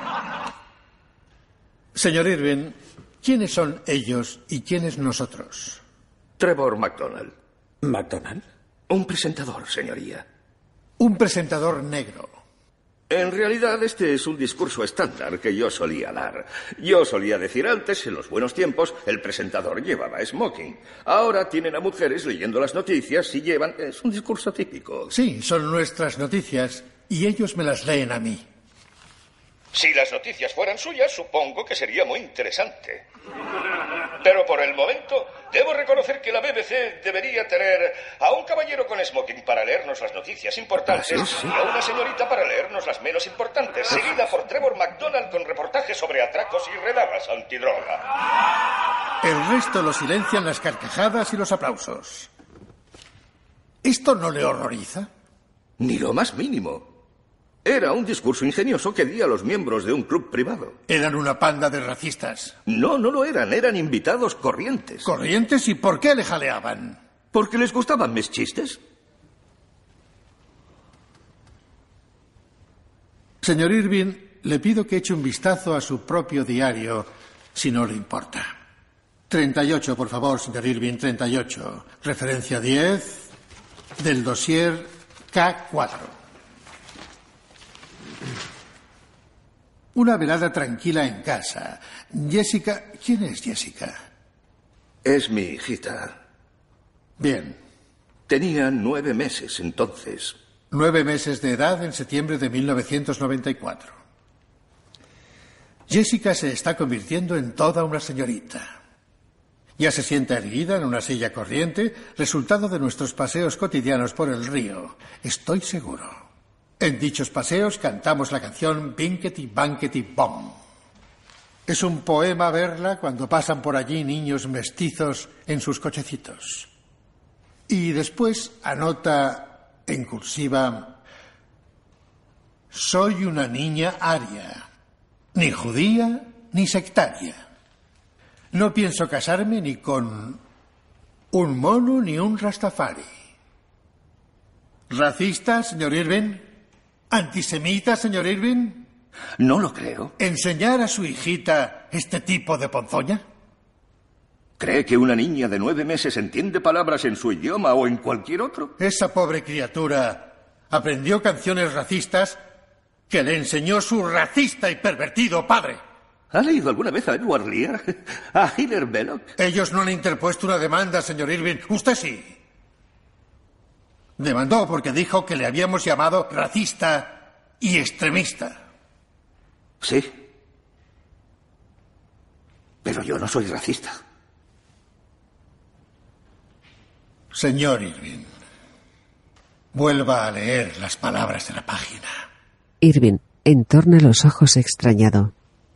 Señor Irving, ¿quiénes son ellos y quiénes nosotros? Trevor McDonald. ¿McDonald? Un presentador, señoría. Un presentador negro. En realidad, este es un discurso estándar que yo solía dar. Yo solía decir antes, en los buenos tiempos, el presentador llevaba smoking. Ahora tienen a mujeres leyendo las noticias y llevan... Es un discurso típico. Sí, son nuestras noticias y ellos me las leen a mí. Si las noticias fueran suyas, supongo que sería muy interesante. Pero por el momento, debo reconocer que la B B C debería tener a un caballero con smoking para leernos las noticias importantes ¿Ah, sí? Sí. y a una señorita para leernos las menos importantes, seguida por Trevor McDonald con reportajes sobre atracos y redadas antidroga. El resto lo silencian las carcajadas y los aplausos. ¿Esto no le horroriza? Ni lo más mínimo. Era un discurso ingenioso que di a los miembros de un club privado. Eran una panda de racistas. No, no lo eran. Eran invitados corrientes. ¿Corrientes? ¿Y por qué le jaleaban? Porque les gustaban mis chistes. Señor Irving, le pido que eche un vistazo a su propio diario, si no le importa. treinta y ocho, por favor, señor Irving, treinta y ocho. Referencia diez del dossier K cuatro. Una velada tranquila en casa. Jessica... ¿Quién es Jessica? Es mi hijita. Bien. Tenía nueve meses entonces. Nueve meses de edad en septiembre de mil novecientos noventa y cuatro. Jessica se está convirtiendo en toda una señorita. Ya se sienta erguida en una silla corriente, resultado de nuestros paseos cotidianos por el río. Estoy seguro. En dichos paseos cantamos la canción Binkety Bankety Bom. Es un poema verla cuando pasan por allí niños mestizos en sus cochecitos. Y después anota en cursiva: soy una niña aria, ni judía ni sectaria. No pienso casarme ni con un mono ni un rastafari. ¿Racista, señor Irving? ¿Antisemita, señor Irving? No lo creo. ¿Enseñar a su hijita este tipo de ponzoña? ¿Cree que una niña de nueve meses entiende palabras en su idioma o en cualquier otro? Esa pobre criatura aprendió canciones racistas que le enseñó su racista y pervertido padre. ¿Ha leído alguna vez a Edward Lear? ¿A Hilaire Belloc? Ellos no han interpuesto una demanda, señor Irving. Usted sí. Demandó porque dijo que le habíamos llamado racista y extremista. Sí. Pero yo no soy racista. Señor Irving, vuelva a leer las palabras de la página. Irving entorna los ojos extrañado.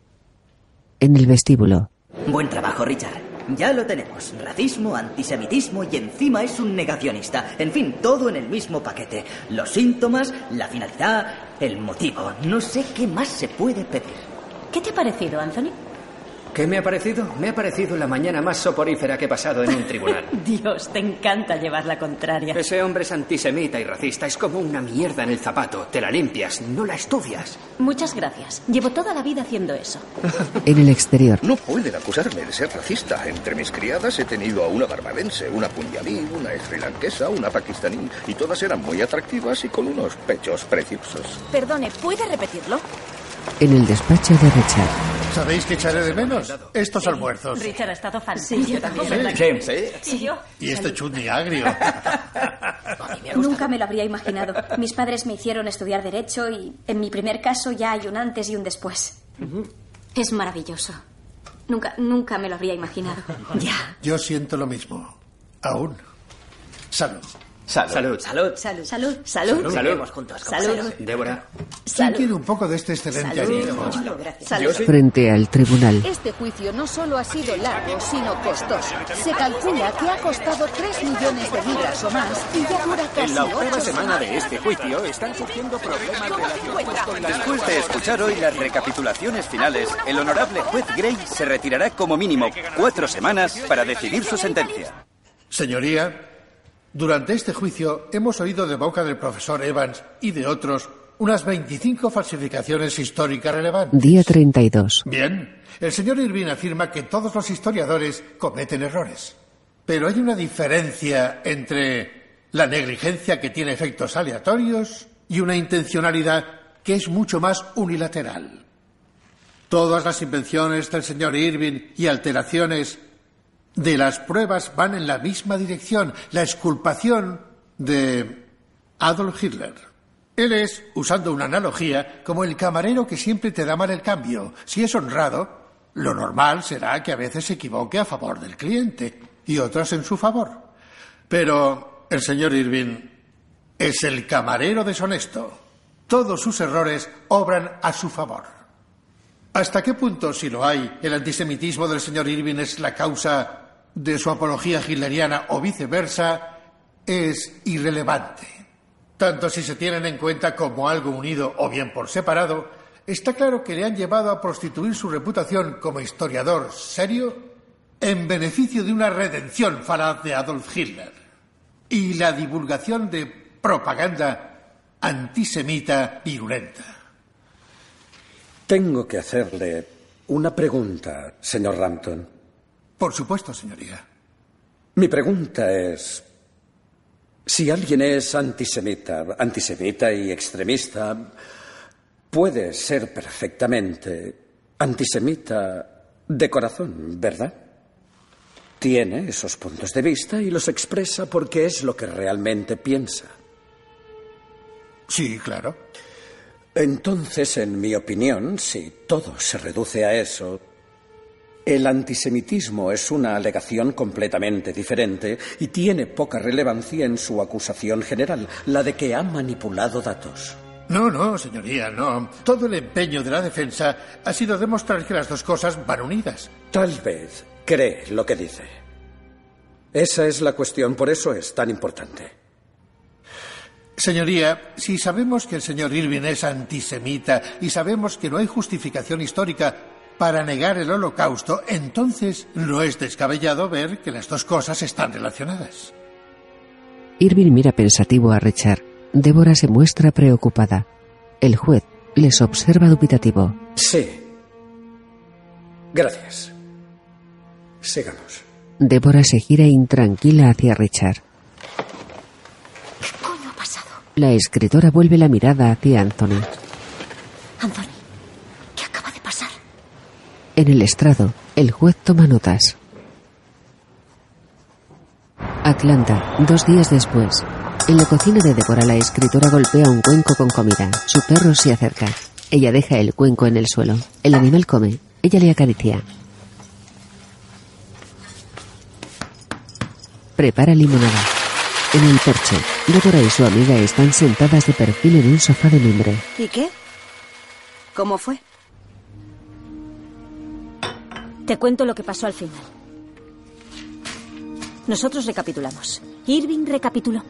En el vestíbulo. Buen trabajo, Richard. Ya lo tenemos. Racismo, antisemitismo y encima es un negacionista. En fin, todo en el mismo paquete. Los síntomas, la finalidad, el motivo. No sé qué más se puede pedir. ¿Qué te ha parecido, Anthony? ¿Qué me ha parecido? Me ha parecido la mañana más soporífera que he pasado en un tribunal. Dios, te encanta llevar la contraria. Ese hombre es antisemita y racista. Es como una mierda en el zapato. Te la limpias, no la estudias. Muchas gracias. Llevo toda la vida haciendo eso. En el exterior. No pueden acusarme de ser racista. Entre mis criadas he tenido a una barbadense, una punjabí, una srilanquesa, una pakistaní, y todas eran muy atractivas y con unos pechos preciosos. Perdone, ¿puede repetirlo? En el despacho de Richard. ¿Sabéis qué echaré de menos? Estos almuerzos. Richard ha estado fantástico. Sí, yo también. ¿verdad? Sí. Sí. Sí, yo. Y este chutney agrio. Nunca me lo habría imaginado. Mis padres me hicieron estudiar Derecho y en mi primer caso ya hay un antes y un después. Es maravilloso. Nunca, nunca me lo habría imaginado. Ya. Yo siento lo mismo. Aún. Salud. Salud. Salud. Salud. Salud. Salud. Salud. Salud. juntos. como Salud. siempre. Débora. ¿Quién quiere un poco de este excelente añejo? Salud. Frente al tribunal. Este juicio no solo ha sido largo, sino costoso. Se calcula que ha costado tres millones de libras o más y ya dura casi En la octava ocho semana de semanas. este juicio están surgiendo problemas relacionados con la... Después de escuchar hoy las recapitulaciones finales, el honorable juez Gray se retirará como mínimo cuatro semanas para decidir su sentencia. Señoría, durante este juicio hemos oído de boca del profesor Evans y de otros unas veinticinco falsificaciones históricas relevantes. Día treinta y dos. Bien, el señor Irving afirma que todos los historiadores cometen errores. Pero hay una diferencia entre la negligencia que tiene efectos aleatorios y una intencionalidad que es mucho más unilateral. Todas las invenciones del señor Irving y alteraciones de las pruebas van en la misma dirección, la exculpación de Adolf Hitler. Él es, usando una analogía, como el camarero que siempre te da mal el cambio. Si es honrado, lo normal será que a veces se equivoque a favor del cliente y otras en su favor. Pero el señor Irving es el camarero deshonesto. Todos sus errores obran a su favor. ¿Hasta qué punto, si lo hay, el antisemitismo del señor Irving es la causa de su apología hitleriana o viceversa, es irrelevante? Tanto si se tienen en cuenta como algo unido o bien por separado, está claro que le han llevado a prostituir su reputación como historiador serio en beneficio de una redención falaz de Adolf Hitler y la divulgación de propaganda antisemita virulenta. Tengo que hacerle una pregunta, señor Rampton. Por supuesto, señoría. Mi pregunta es: si alguien es antisemita, antisemita y extremista, puede ser perfectamente antisemita de corazón, ¿verdad? Tiene esos puntos de vista y los expresa porque es lo que realmente piensa. Sí, claro. Entonces, en mi opinión, si todo se reduce a eso, el antisemitismo es una alegación completamente diferente y tiene poca relevancia en su acusación general, la de que ha manipulado datos. No, no, señoría, no. Todo el empeño de la defensa ha sido demostrar que las dos cosas van unidas. Tal vez cree lo que dice. Esa es la cuestión, por eso es tan importante. Señoría, si sabemos que el señor Irving es antisemita y sabemos que no hay justificación histórica para negar el Holocausto, entonces no es descabellado ver que las dos cosas están relacionadas. Irving mira pensativo a Richard. Débora se muestra preocupada. El juez les observa dubitativo. Sí. Gracias. Sigamos. Débora se gira intranquila hacia Richard. ¿Qué coño ha pasado? La escritora vuelve la mirada hacia Anthony. Anthony, ¿qué acaba de pasar? En el estrado, el juez toma notas. Atlanta, dos días después. En la cocina de Débora, la escritora golpea un cuenco con comida. Su perro se acerca. Ella deja el cuenco en el suelo. El animal come. Ella le acaricia. Prepara limonada. En el porche, Débora y su amiga están sentadas de perfil en un sofá de mimbre. ¿Y qué? ¿Cómo fue? Te cuento lo que pasó al final. Nosotros recapitulamos. Irving recapituló.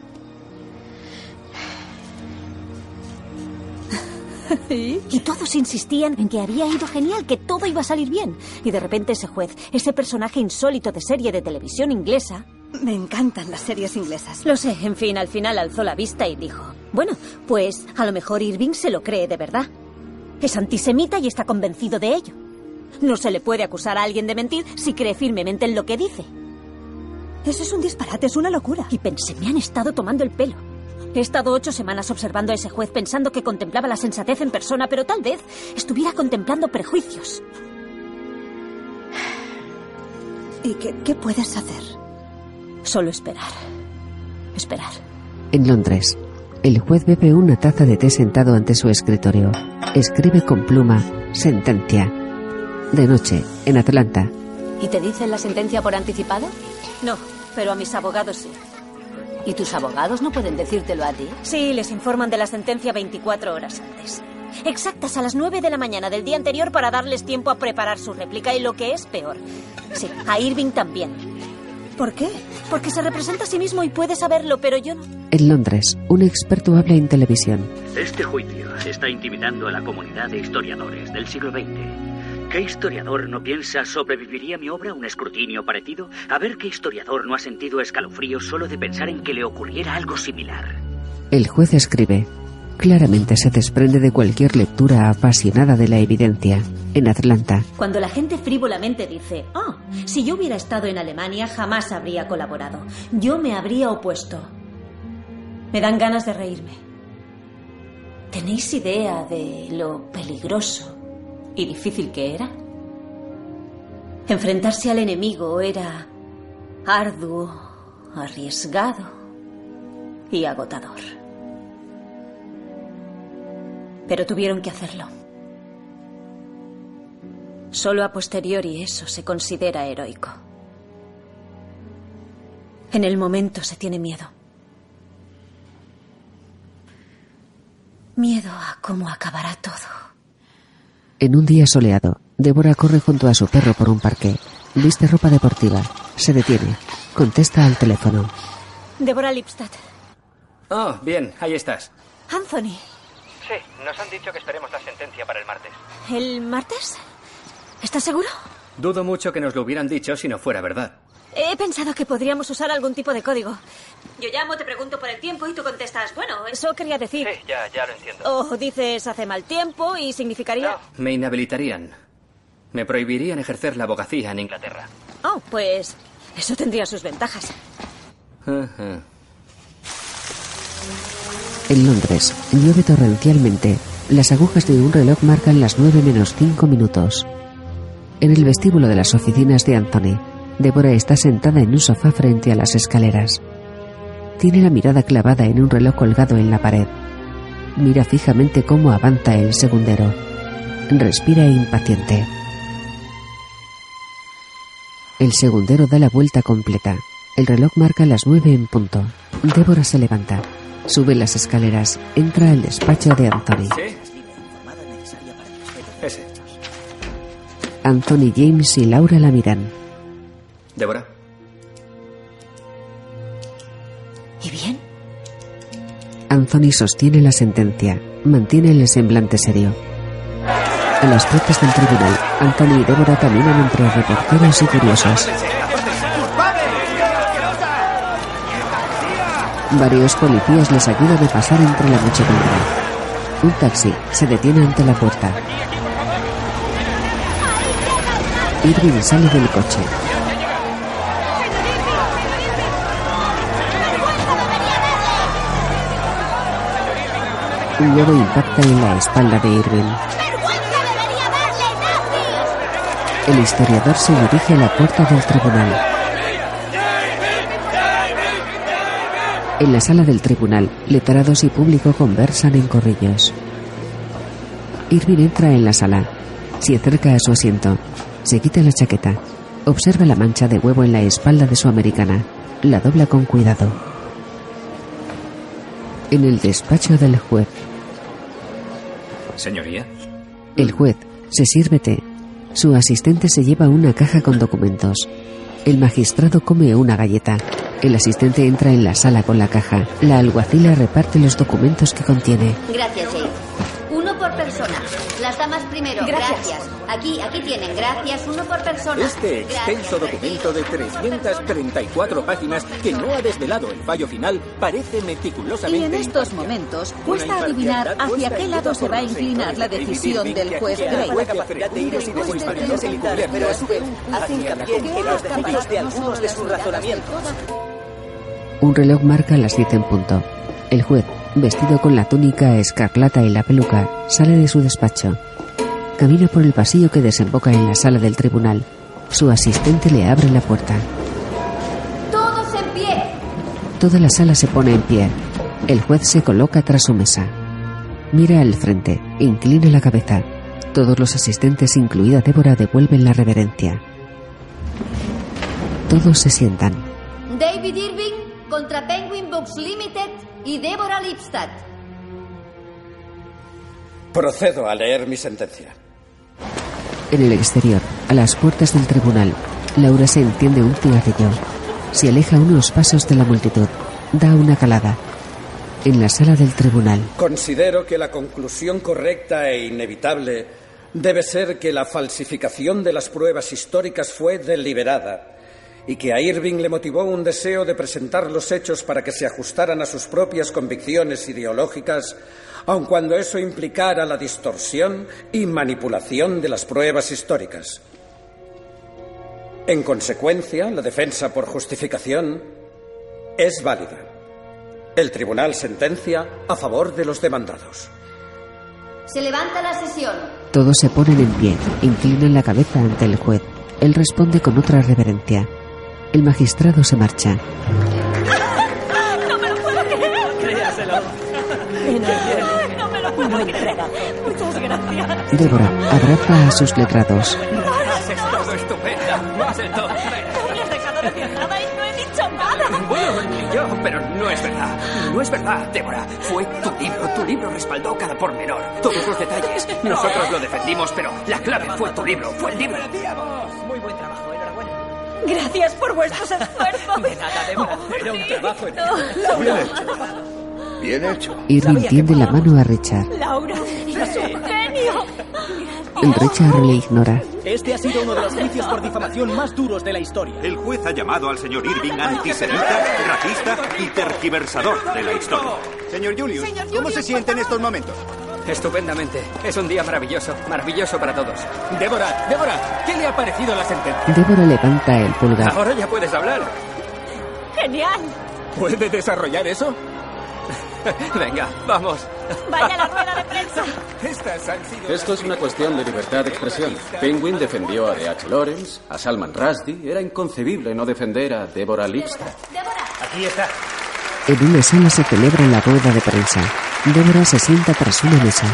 ¿Y? Y todos insistían en que había ido genial, que todo iba a salir bien. Y de repente ese juez, ese personaje insólito de serie de televisión inglesa... Me encantan las series inglesas. Lo sé, en fin, al final alzó la vista y dijo... Bueno, pues a lo mejor Irving se lo cree de verdad. Es antisemita y está convencido de ello. No se le puede acusar a alguien de mentir si cree firmemente en lo que dice. Eso es un disparate, es una locura. Y pensé, me han estado tomando el pelo. He estado ocho semanas observando a ese juez pensando que contemplaba la sensatez en persona, pero tal vez estuviera contemplando prejuicios. ¿Y qué, qué puedes hacer? Solo esperar. Esperar. En Londres, el juez bebe una taza de té sentado ante su escritorio. Escribe con pluma, sentencia. De noche, en Atlanta. ¿Y te dicen la sentencia por anticipado? No, pero a mis abogados sí. ¿Y tus abogados no pueden decírtelo a ti? Sí, les informan de la sentencia veinticuatro horas antes. Exactas a las nueve de la mañana del día anterior para darles tiempo a preparar su réplica y lo que es peor. Sí, a Irving también. ¿Por qué? Porque se representa a sí mismo y puede saberlo, pero yo no. En Londres, un experto habla en televisión. Este juicio está intimidando a la comunidad de historiadores del siglo veinte. ¿Qué historiador no piensa sobreviviría mi obra a un escrutinio parecido? A ver qué historiador no ha sentido escalofríos solo de pensar en que le ocurriera algo similar. El juez escribe. Claramente se desprende de cualquier lectura apasionada de la evidencia. En Atlanta. Cuando la gente frívolamente dice, ah, oh, si yo hubiera estado en Alemania jamás habría colaborado. Yo me habría opuesto. Me dan ganas de reírme. ¿Tenéis idea de lo peligroso y difícil que era? Enfrentarse al enemigo era arduo, arriesgado y agotador. Pero tuvieron que hacerlo. Solo a posteriori eso se considera heroico. En el momento se tiene miedo. Miedo a cómo acabará todo. En un día soleado, Débora corre junto a su perro por un parque. Viste ropa deportiva. Se detiene. Contesta al teléfono. Débora Lipstadt. Oh, bien, ahí estás. Anthony. Sí, nos han dicho que esperemos la sentencia para el martes. ¿El martes? ¿Estás seguro? Dudo mucho que nos lo hubieran dicho si no fuera verdad. He pensado que podríamos usar algún tipo de código. Yo llamo, te pregunto por el tiempo y tú contestas, bueno, eso quería decir. Sí, ya, ya lo entiendo. O dices, hace mal tiempo y significaría... Me inhabilitarían. Me prohibirían ejercer la abogacía en Inglaterra. Oh, pues eso tendría sus ventajas. Uh-huh. En Londres, llueve torrencialmente. Las agujas de un reloj marcan las nueve menos cinco minutos. En el vestíbulo de las oficinas de Anthony, Débora está sentada en un sofá frente a las escaleras. Tiene la mirada clavada en un reloj colgado en la pared. Mira fijamente cómo avanza el segundero. Respira impaciente. El segundero da la vuelta completa. El reloj marca las nueve en punto. Débora se levanta. Sube las escaleras. Entra al despacho de Anthony. ¿Sí? Ese. Anthony, James y Laura la miran. Débora. ¿Y bien? Anthony sostiene la sentencia. Mantiene el semblante serio. A las puertas del tribunal, Anthony y Débora caminan entre reporteros y curiosos. Varios policías les ayudan a pasar entre la muchedumbre. Un taxi se detiene ante la puerta. Irving sale del coche. Un huevo impacta en la espalda de Irving. El historiador se dirige a la puerta del tribunal. En la sala del tribunal, letrados y público conversan en corrillos. Irving entra en la sala. Se acerca a su asiento. Se quita la chaqueta. Observa la mancha de huevo en la espalda de su americana. La dobla con cuidado. En el despacho del juez. Señoría. El juez se sirve té. Su asistente se lleva una caja con documentos. El magistrado come una galleta. El asistente entra en la sala con la caja. La alguacila reparte los documentos que contiene. Gracias, Jade. Uno por persona. Las damas primero. Gracias. Gracias. Aquí, aquí tienen. Gracias. Uno por persona. Este extenso Gracias. documento de trescientas treinta y cuatro páginas que no ha desvelado el fallo final parece meticulosamente... Y en estos imparcial. momentos Una cuesta adivinar imparcialidad hacia puesta qué en lado duda se por va a los inclinar la sectores decisión de del juez evidencia Gray. la capacidad de ir y de su historiador encubierto, pero a su vez hace hincapié en los defectos de algunos de sus razonamientos. Un reloj marca las diez en punto. El juez, vestido con la túnica escarlata y la peluca, sale de su despacho. Camina por el pasillo que desemboca en la sala del tribunal. Su asistente le abre la puerta. Todos en pie. Toda la sala se pone en pie. El juez se coloca tras su mesa. Mira al frente, inclina la cabeza. Todos los asistentes, incluida Débora, devuelven la reverencia. Todos se sientan. David Irving contra Penguin Books Limited y Débora Lipstadt. Procedo a leer mi sentencia. En el exterior, a las puertas del tribunal, Laura se enciende un cigarrillo. Se aleja unos pasos de la multitud. Da una calada. En la sala del tribunal. Considero que la conclusión correcta e inevitable debe ser que la falsificación de las pruebas históricas fue deliberada y que a Irving le motivó un deseo de presentar los hechos para que se ajustaran a sus propias convicciones ideológicas, aun cuando eso implicara la distorsión y manipulación de las pruebas históricas. En consecuencia, la defensa por justificación es válida. El tribunal sentencia a favor de los demandados. Se levanta la sesión. Todos se ponen en pie, inclinan la cabeza ante el juez. Él responde con otra reverencia. El magistrado se marcha. ¡No me lo puedo creer! Créaselo. No me lo puedo creer. Muchas gracias. Débora abraza a sus letrados. Has estado estupenda. Más de todo. No me has dejado decir nada y no he dicho nada. Bueno, ni yo, pero no es verdad. No es verdad, Débora. Fue tu libro. Tu libro respaldó cada pormenor. Todos los detalles. Nosotros lo defendimos, pero la clave fue tu libro. Fue el libro. Muy buen trabajo. Enhorabuena. Gracias por vuestros esfuerzos. De nada, Débora. Era un trabajo en Bien hecho. Bien hecho. Irving tiende la mano a Richard. Laura, es un genio. El Richard le ignora. Este ha sido uno de los juicios por difamación más duros de la historia. El juez ha llamado al señor Irving antisemita, racista y tergiversador de la historia. Señor Julius, Señor ¿cómo Julius, se siente en estos momentos? Estupendamente. Es un día maravilloso. Maravilloso para todos. Débora, Débora, ¿qué le ha parecido la sentencia? Débora levanta el pulgar. Ahora ya puedes hablar. Genial. ¿Puede desarrollar eso? Venga, vamos. Vaya la rueda de prensa. Estas han sido... Esto es una cuestión de libertad de expresión. Penguin defendió a D H Lawrence, a Salman Rushdie. Era inconcebible no defender a Deborah Lipstadt. Aquí está. En una sala se celebra la rueda de prensa. Débora se sienta tras una mesa.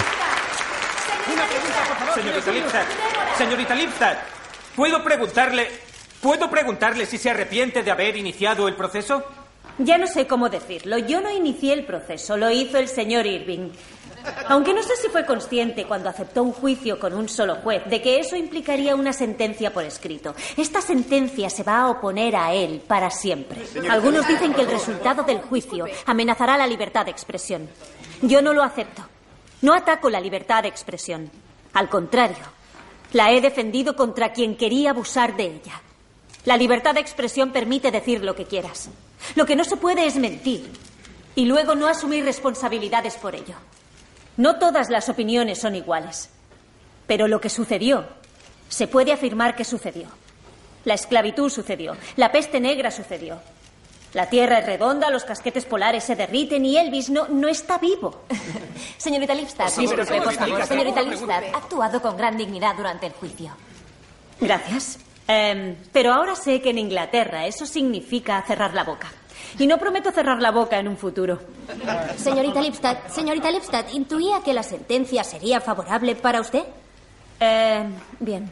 Señorita Lipstadt. Señorita Lipstadt. ¿Puedo preguntarle... ¿Puedo preguntarle si se arrepiente de haber iniciado el proceso? Ya no sé cómo decirlo. Yo no inicié el proceso, lo hizo el señor Irving. Aunque no sé si fue consciente cuando aceptó un juicio con un solo juez de que eso implicaría una sentencia por escrito. Esta sentencia se va a oponer a él para siempre. Algunos dicen que el resultado del juicio amenazará la libertad de expresión. Yo no lo acepto. No ataco la libertad de expresión. Al contrario, la he defendido contra quien quería abusar de ella. La libertad de expresión permite decir lo que quieras. Lo que no se puede es mentir y luego no asumir responsabilidades por ello. No todas las opiniones son iguales, pero lo que sucedió se puede afirmar que sucedió. La esclavitud sucedió, la peste negra sucedió. La Tierra es redonda, los casquetes polares se derriten y Elvis no, no está vivo. Señorita Lipstadt, disculpe, por favor. Señorita Lipstadt, ha actuado con gran dignidad durante el juicio. Gracias. Eh, pero ahora sé que en Inglaterra eso significa cerrar la boca. Y no prometo cerrar la boca en un futuro. Señorita Lipstadt, señorita Lipstadt, ¿intuía que la sentencia sería favorable para usted? Eh, bien.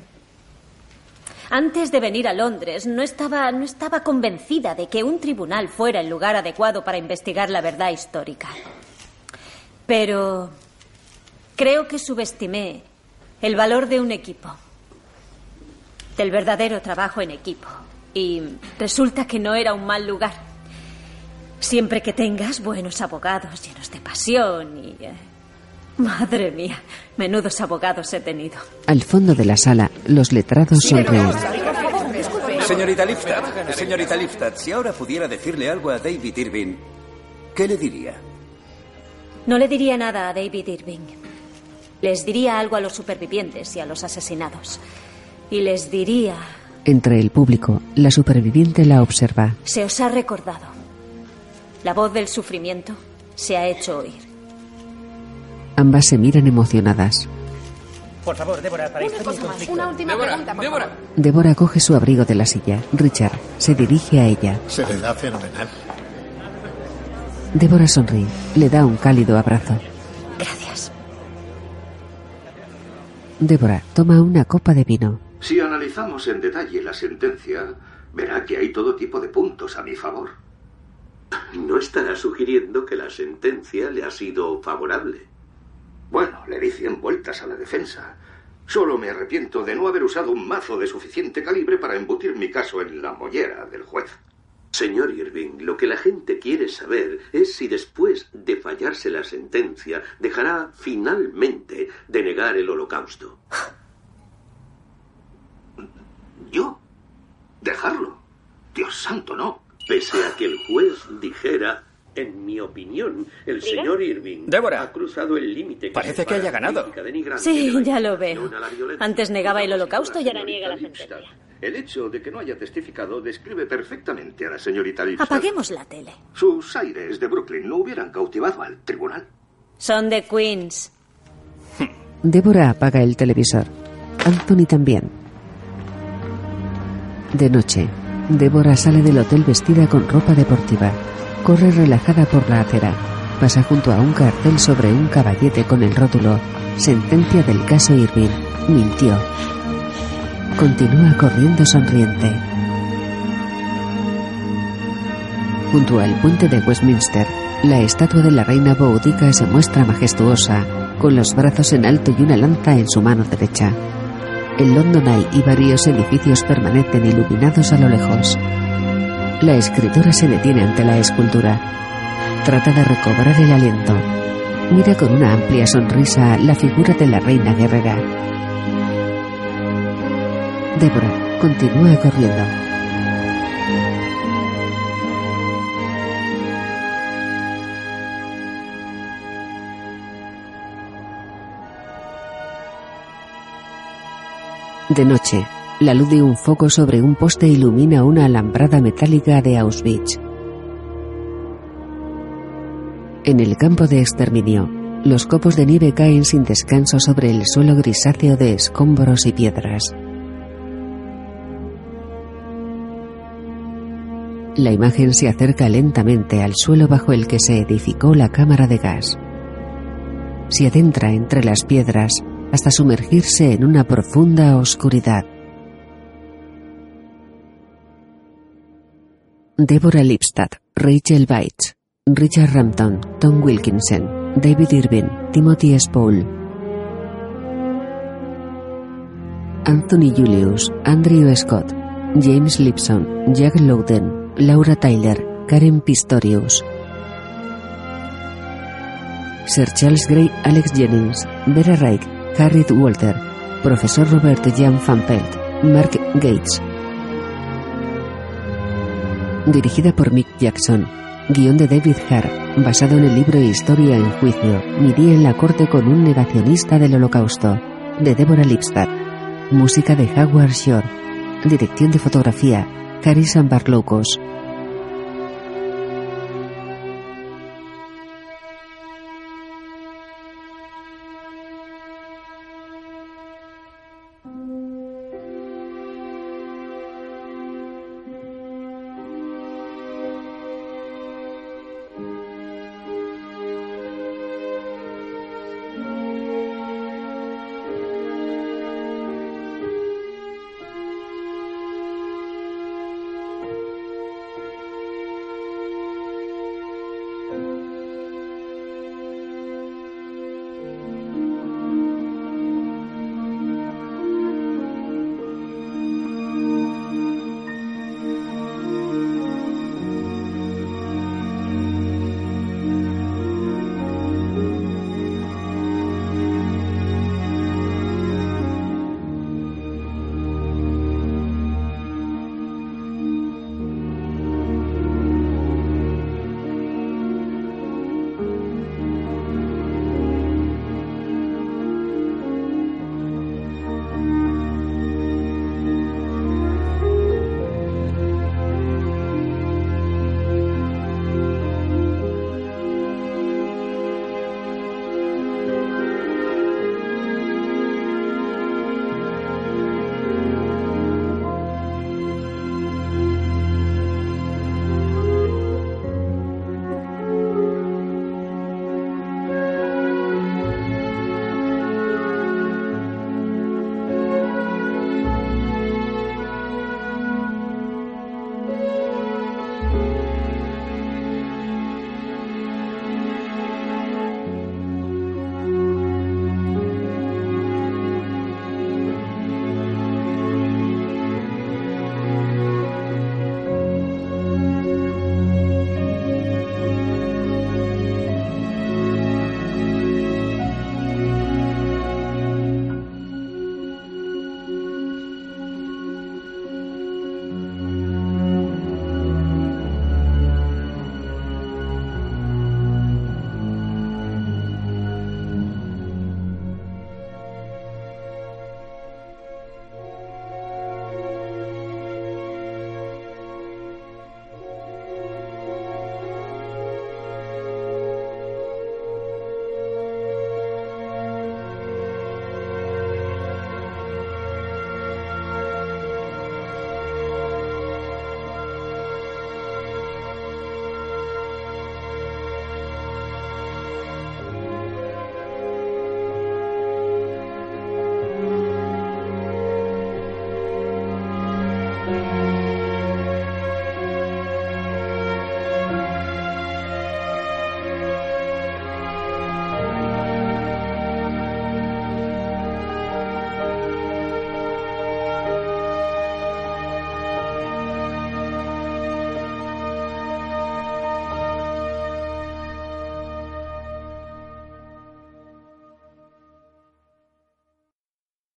Antes de venir a Londres no estaba, no estaba convencida de que un tribunal fuera el lugar adecuado para investigar la verdad histórica. Pero creo que subestimé el valor de un equipo. Del verdadero trabajo en equipo. Y resulta que no era un mal lugar. Siempre que tengas buenos abogados llenos de pasión y... Eh, madre mía, menudos abogados he tenido. Al fondo de la sala, los letrados sonríen. Señorita Lipstadt, señorita Lipstadt, si ahora pudiera decirle algo a David Irving, ¿qué le diría? No le diría nada a David Irving. Les diría algo a los supervivientes y a los asesinados. Y les diría... Entre el público, la superviviente la observa. Se os ha recordado. La voz del sufrimiento se ha hecho oír. Ambas se miran emocionadas. Por favor, Débora, para Una cosa más, una última Débora, pregunta, por Débora. favor. Débora coge su abrigo de la silla. Richard se dirige a ella. Se le da fenomenal. Débora sonríe. Le da un cálido abrazo. Gracias. Débora toma una copa de vino. Si analizamos en detalle la sentencia, verá que hay todo tipo de puntos a mi favor. No estará sugiriendo que la sentencia le ha sido favorable. Bueno, le di cien vueltas a la defensa. Solo me arrepiento de no haber usado un mazo de suficiente calibre para embutir mi caso en la mollera del juez. Señor Irving, lo que la gente quiere saber es si después de fallarse la sentencia dejará finalmente de negar el holocausto. ¿Yo? ¿Dejarlo? Dios santo, no. Pese a que el juez dijera, en mi opinión, el ¿Diga? señor Irving Débora, ha cruzado el límite. parece que haya ganado. Sí, ya lo veo. Antes negaba el holocausto y ahora niega la sentencia. El hecho de que no haya testificado describe perfectamente a la señorita Lipstadt. Apaguemos la tele. Sus aires de Brooklyn no hubieran cautivado al tribunal. Son de Queens. Débora apaga el televisor. Anthony también. De noche, Débora sale del hotel vestida con ropa deportiva. Corre relajada por la acera. Pasa junto a un cartel sobre un caballete con el rótulo Sentencia del caso Irving. Mintió. Continúa corriendo sonriente. Junto al puente de Westminster, la estatua de la reina Boudica se muestra majestuosa, con los brazos en alto y una lanza en su mano derecha. El London Eye y varios edificios permanecen iluminados a lo lejos. La escritora se detiene ante la escultura. Trata de recobrar el aliento. Mira con una amplia sonrisa la figura de la reina guerrera. Débora continúa corriendo. De noche, la luz de un foco sobre un poste ilumina una alambrada metálica de Auschwitz. En el campo de exterminio, los copos de nieve caen sin descanso sobre el suelo grisáceo de escombros y piedras. La imagen se acerca lentamente al suelo bajo el que se edificó la cámara de gas. Se adentra entre las piedras hasta sumergirse en una profunda oscuridad. Deborah Lipstadt, Rachel Weitz, Richard Rampton, Tom Wilkinson, David Irving, Timothy Spall, Anthony Julius, Andrew Scott, James Lipson, Jack Lowden, Laura Tyler, Karen Pistorius, Sir Charles Grey, Alex Jennings, Vera Reich, Harriet Walter, Profesor Robert Jan van Pelt, Mark Gates. Dirigida por Mick Jackson. Guión de David Hare, basado en el libro Historia en Juicio, mi día en la corte con un negacionista del Holocausto, de Deborah Lipstadt. Música de Howard Shore. Dirección de fotografía, Harrison Barlowcos.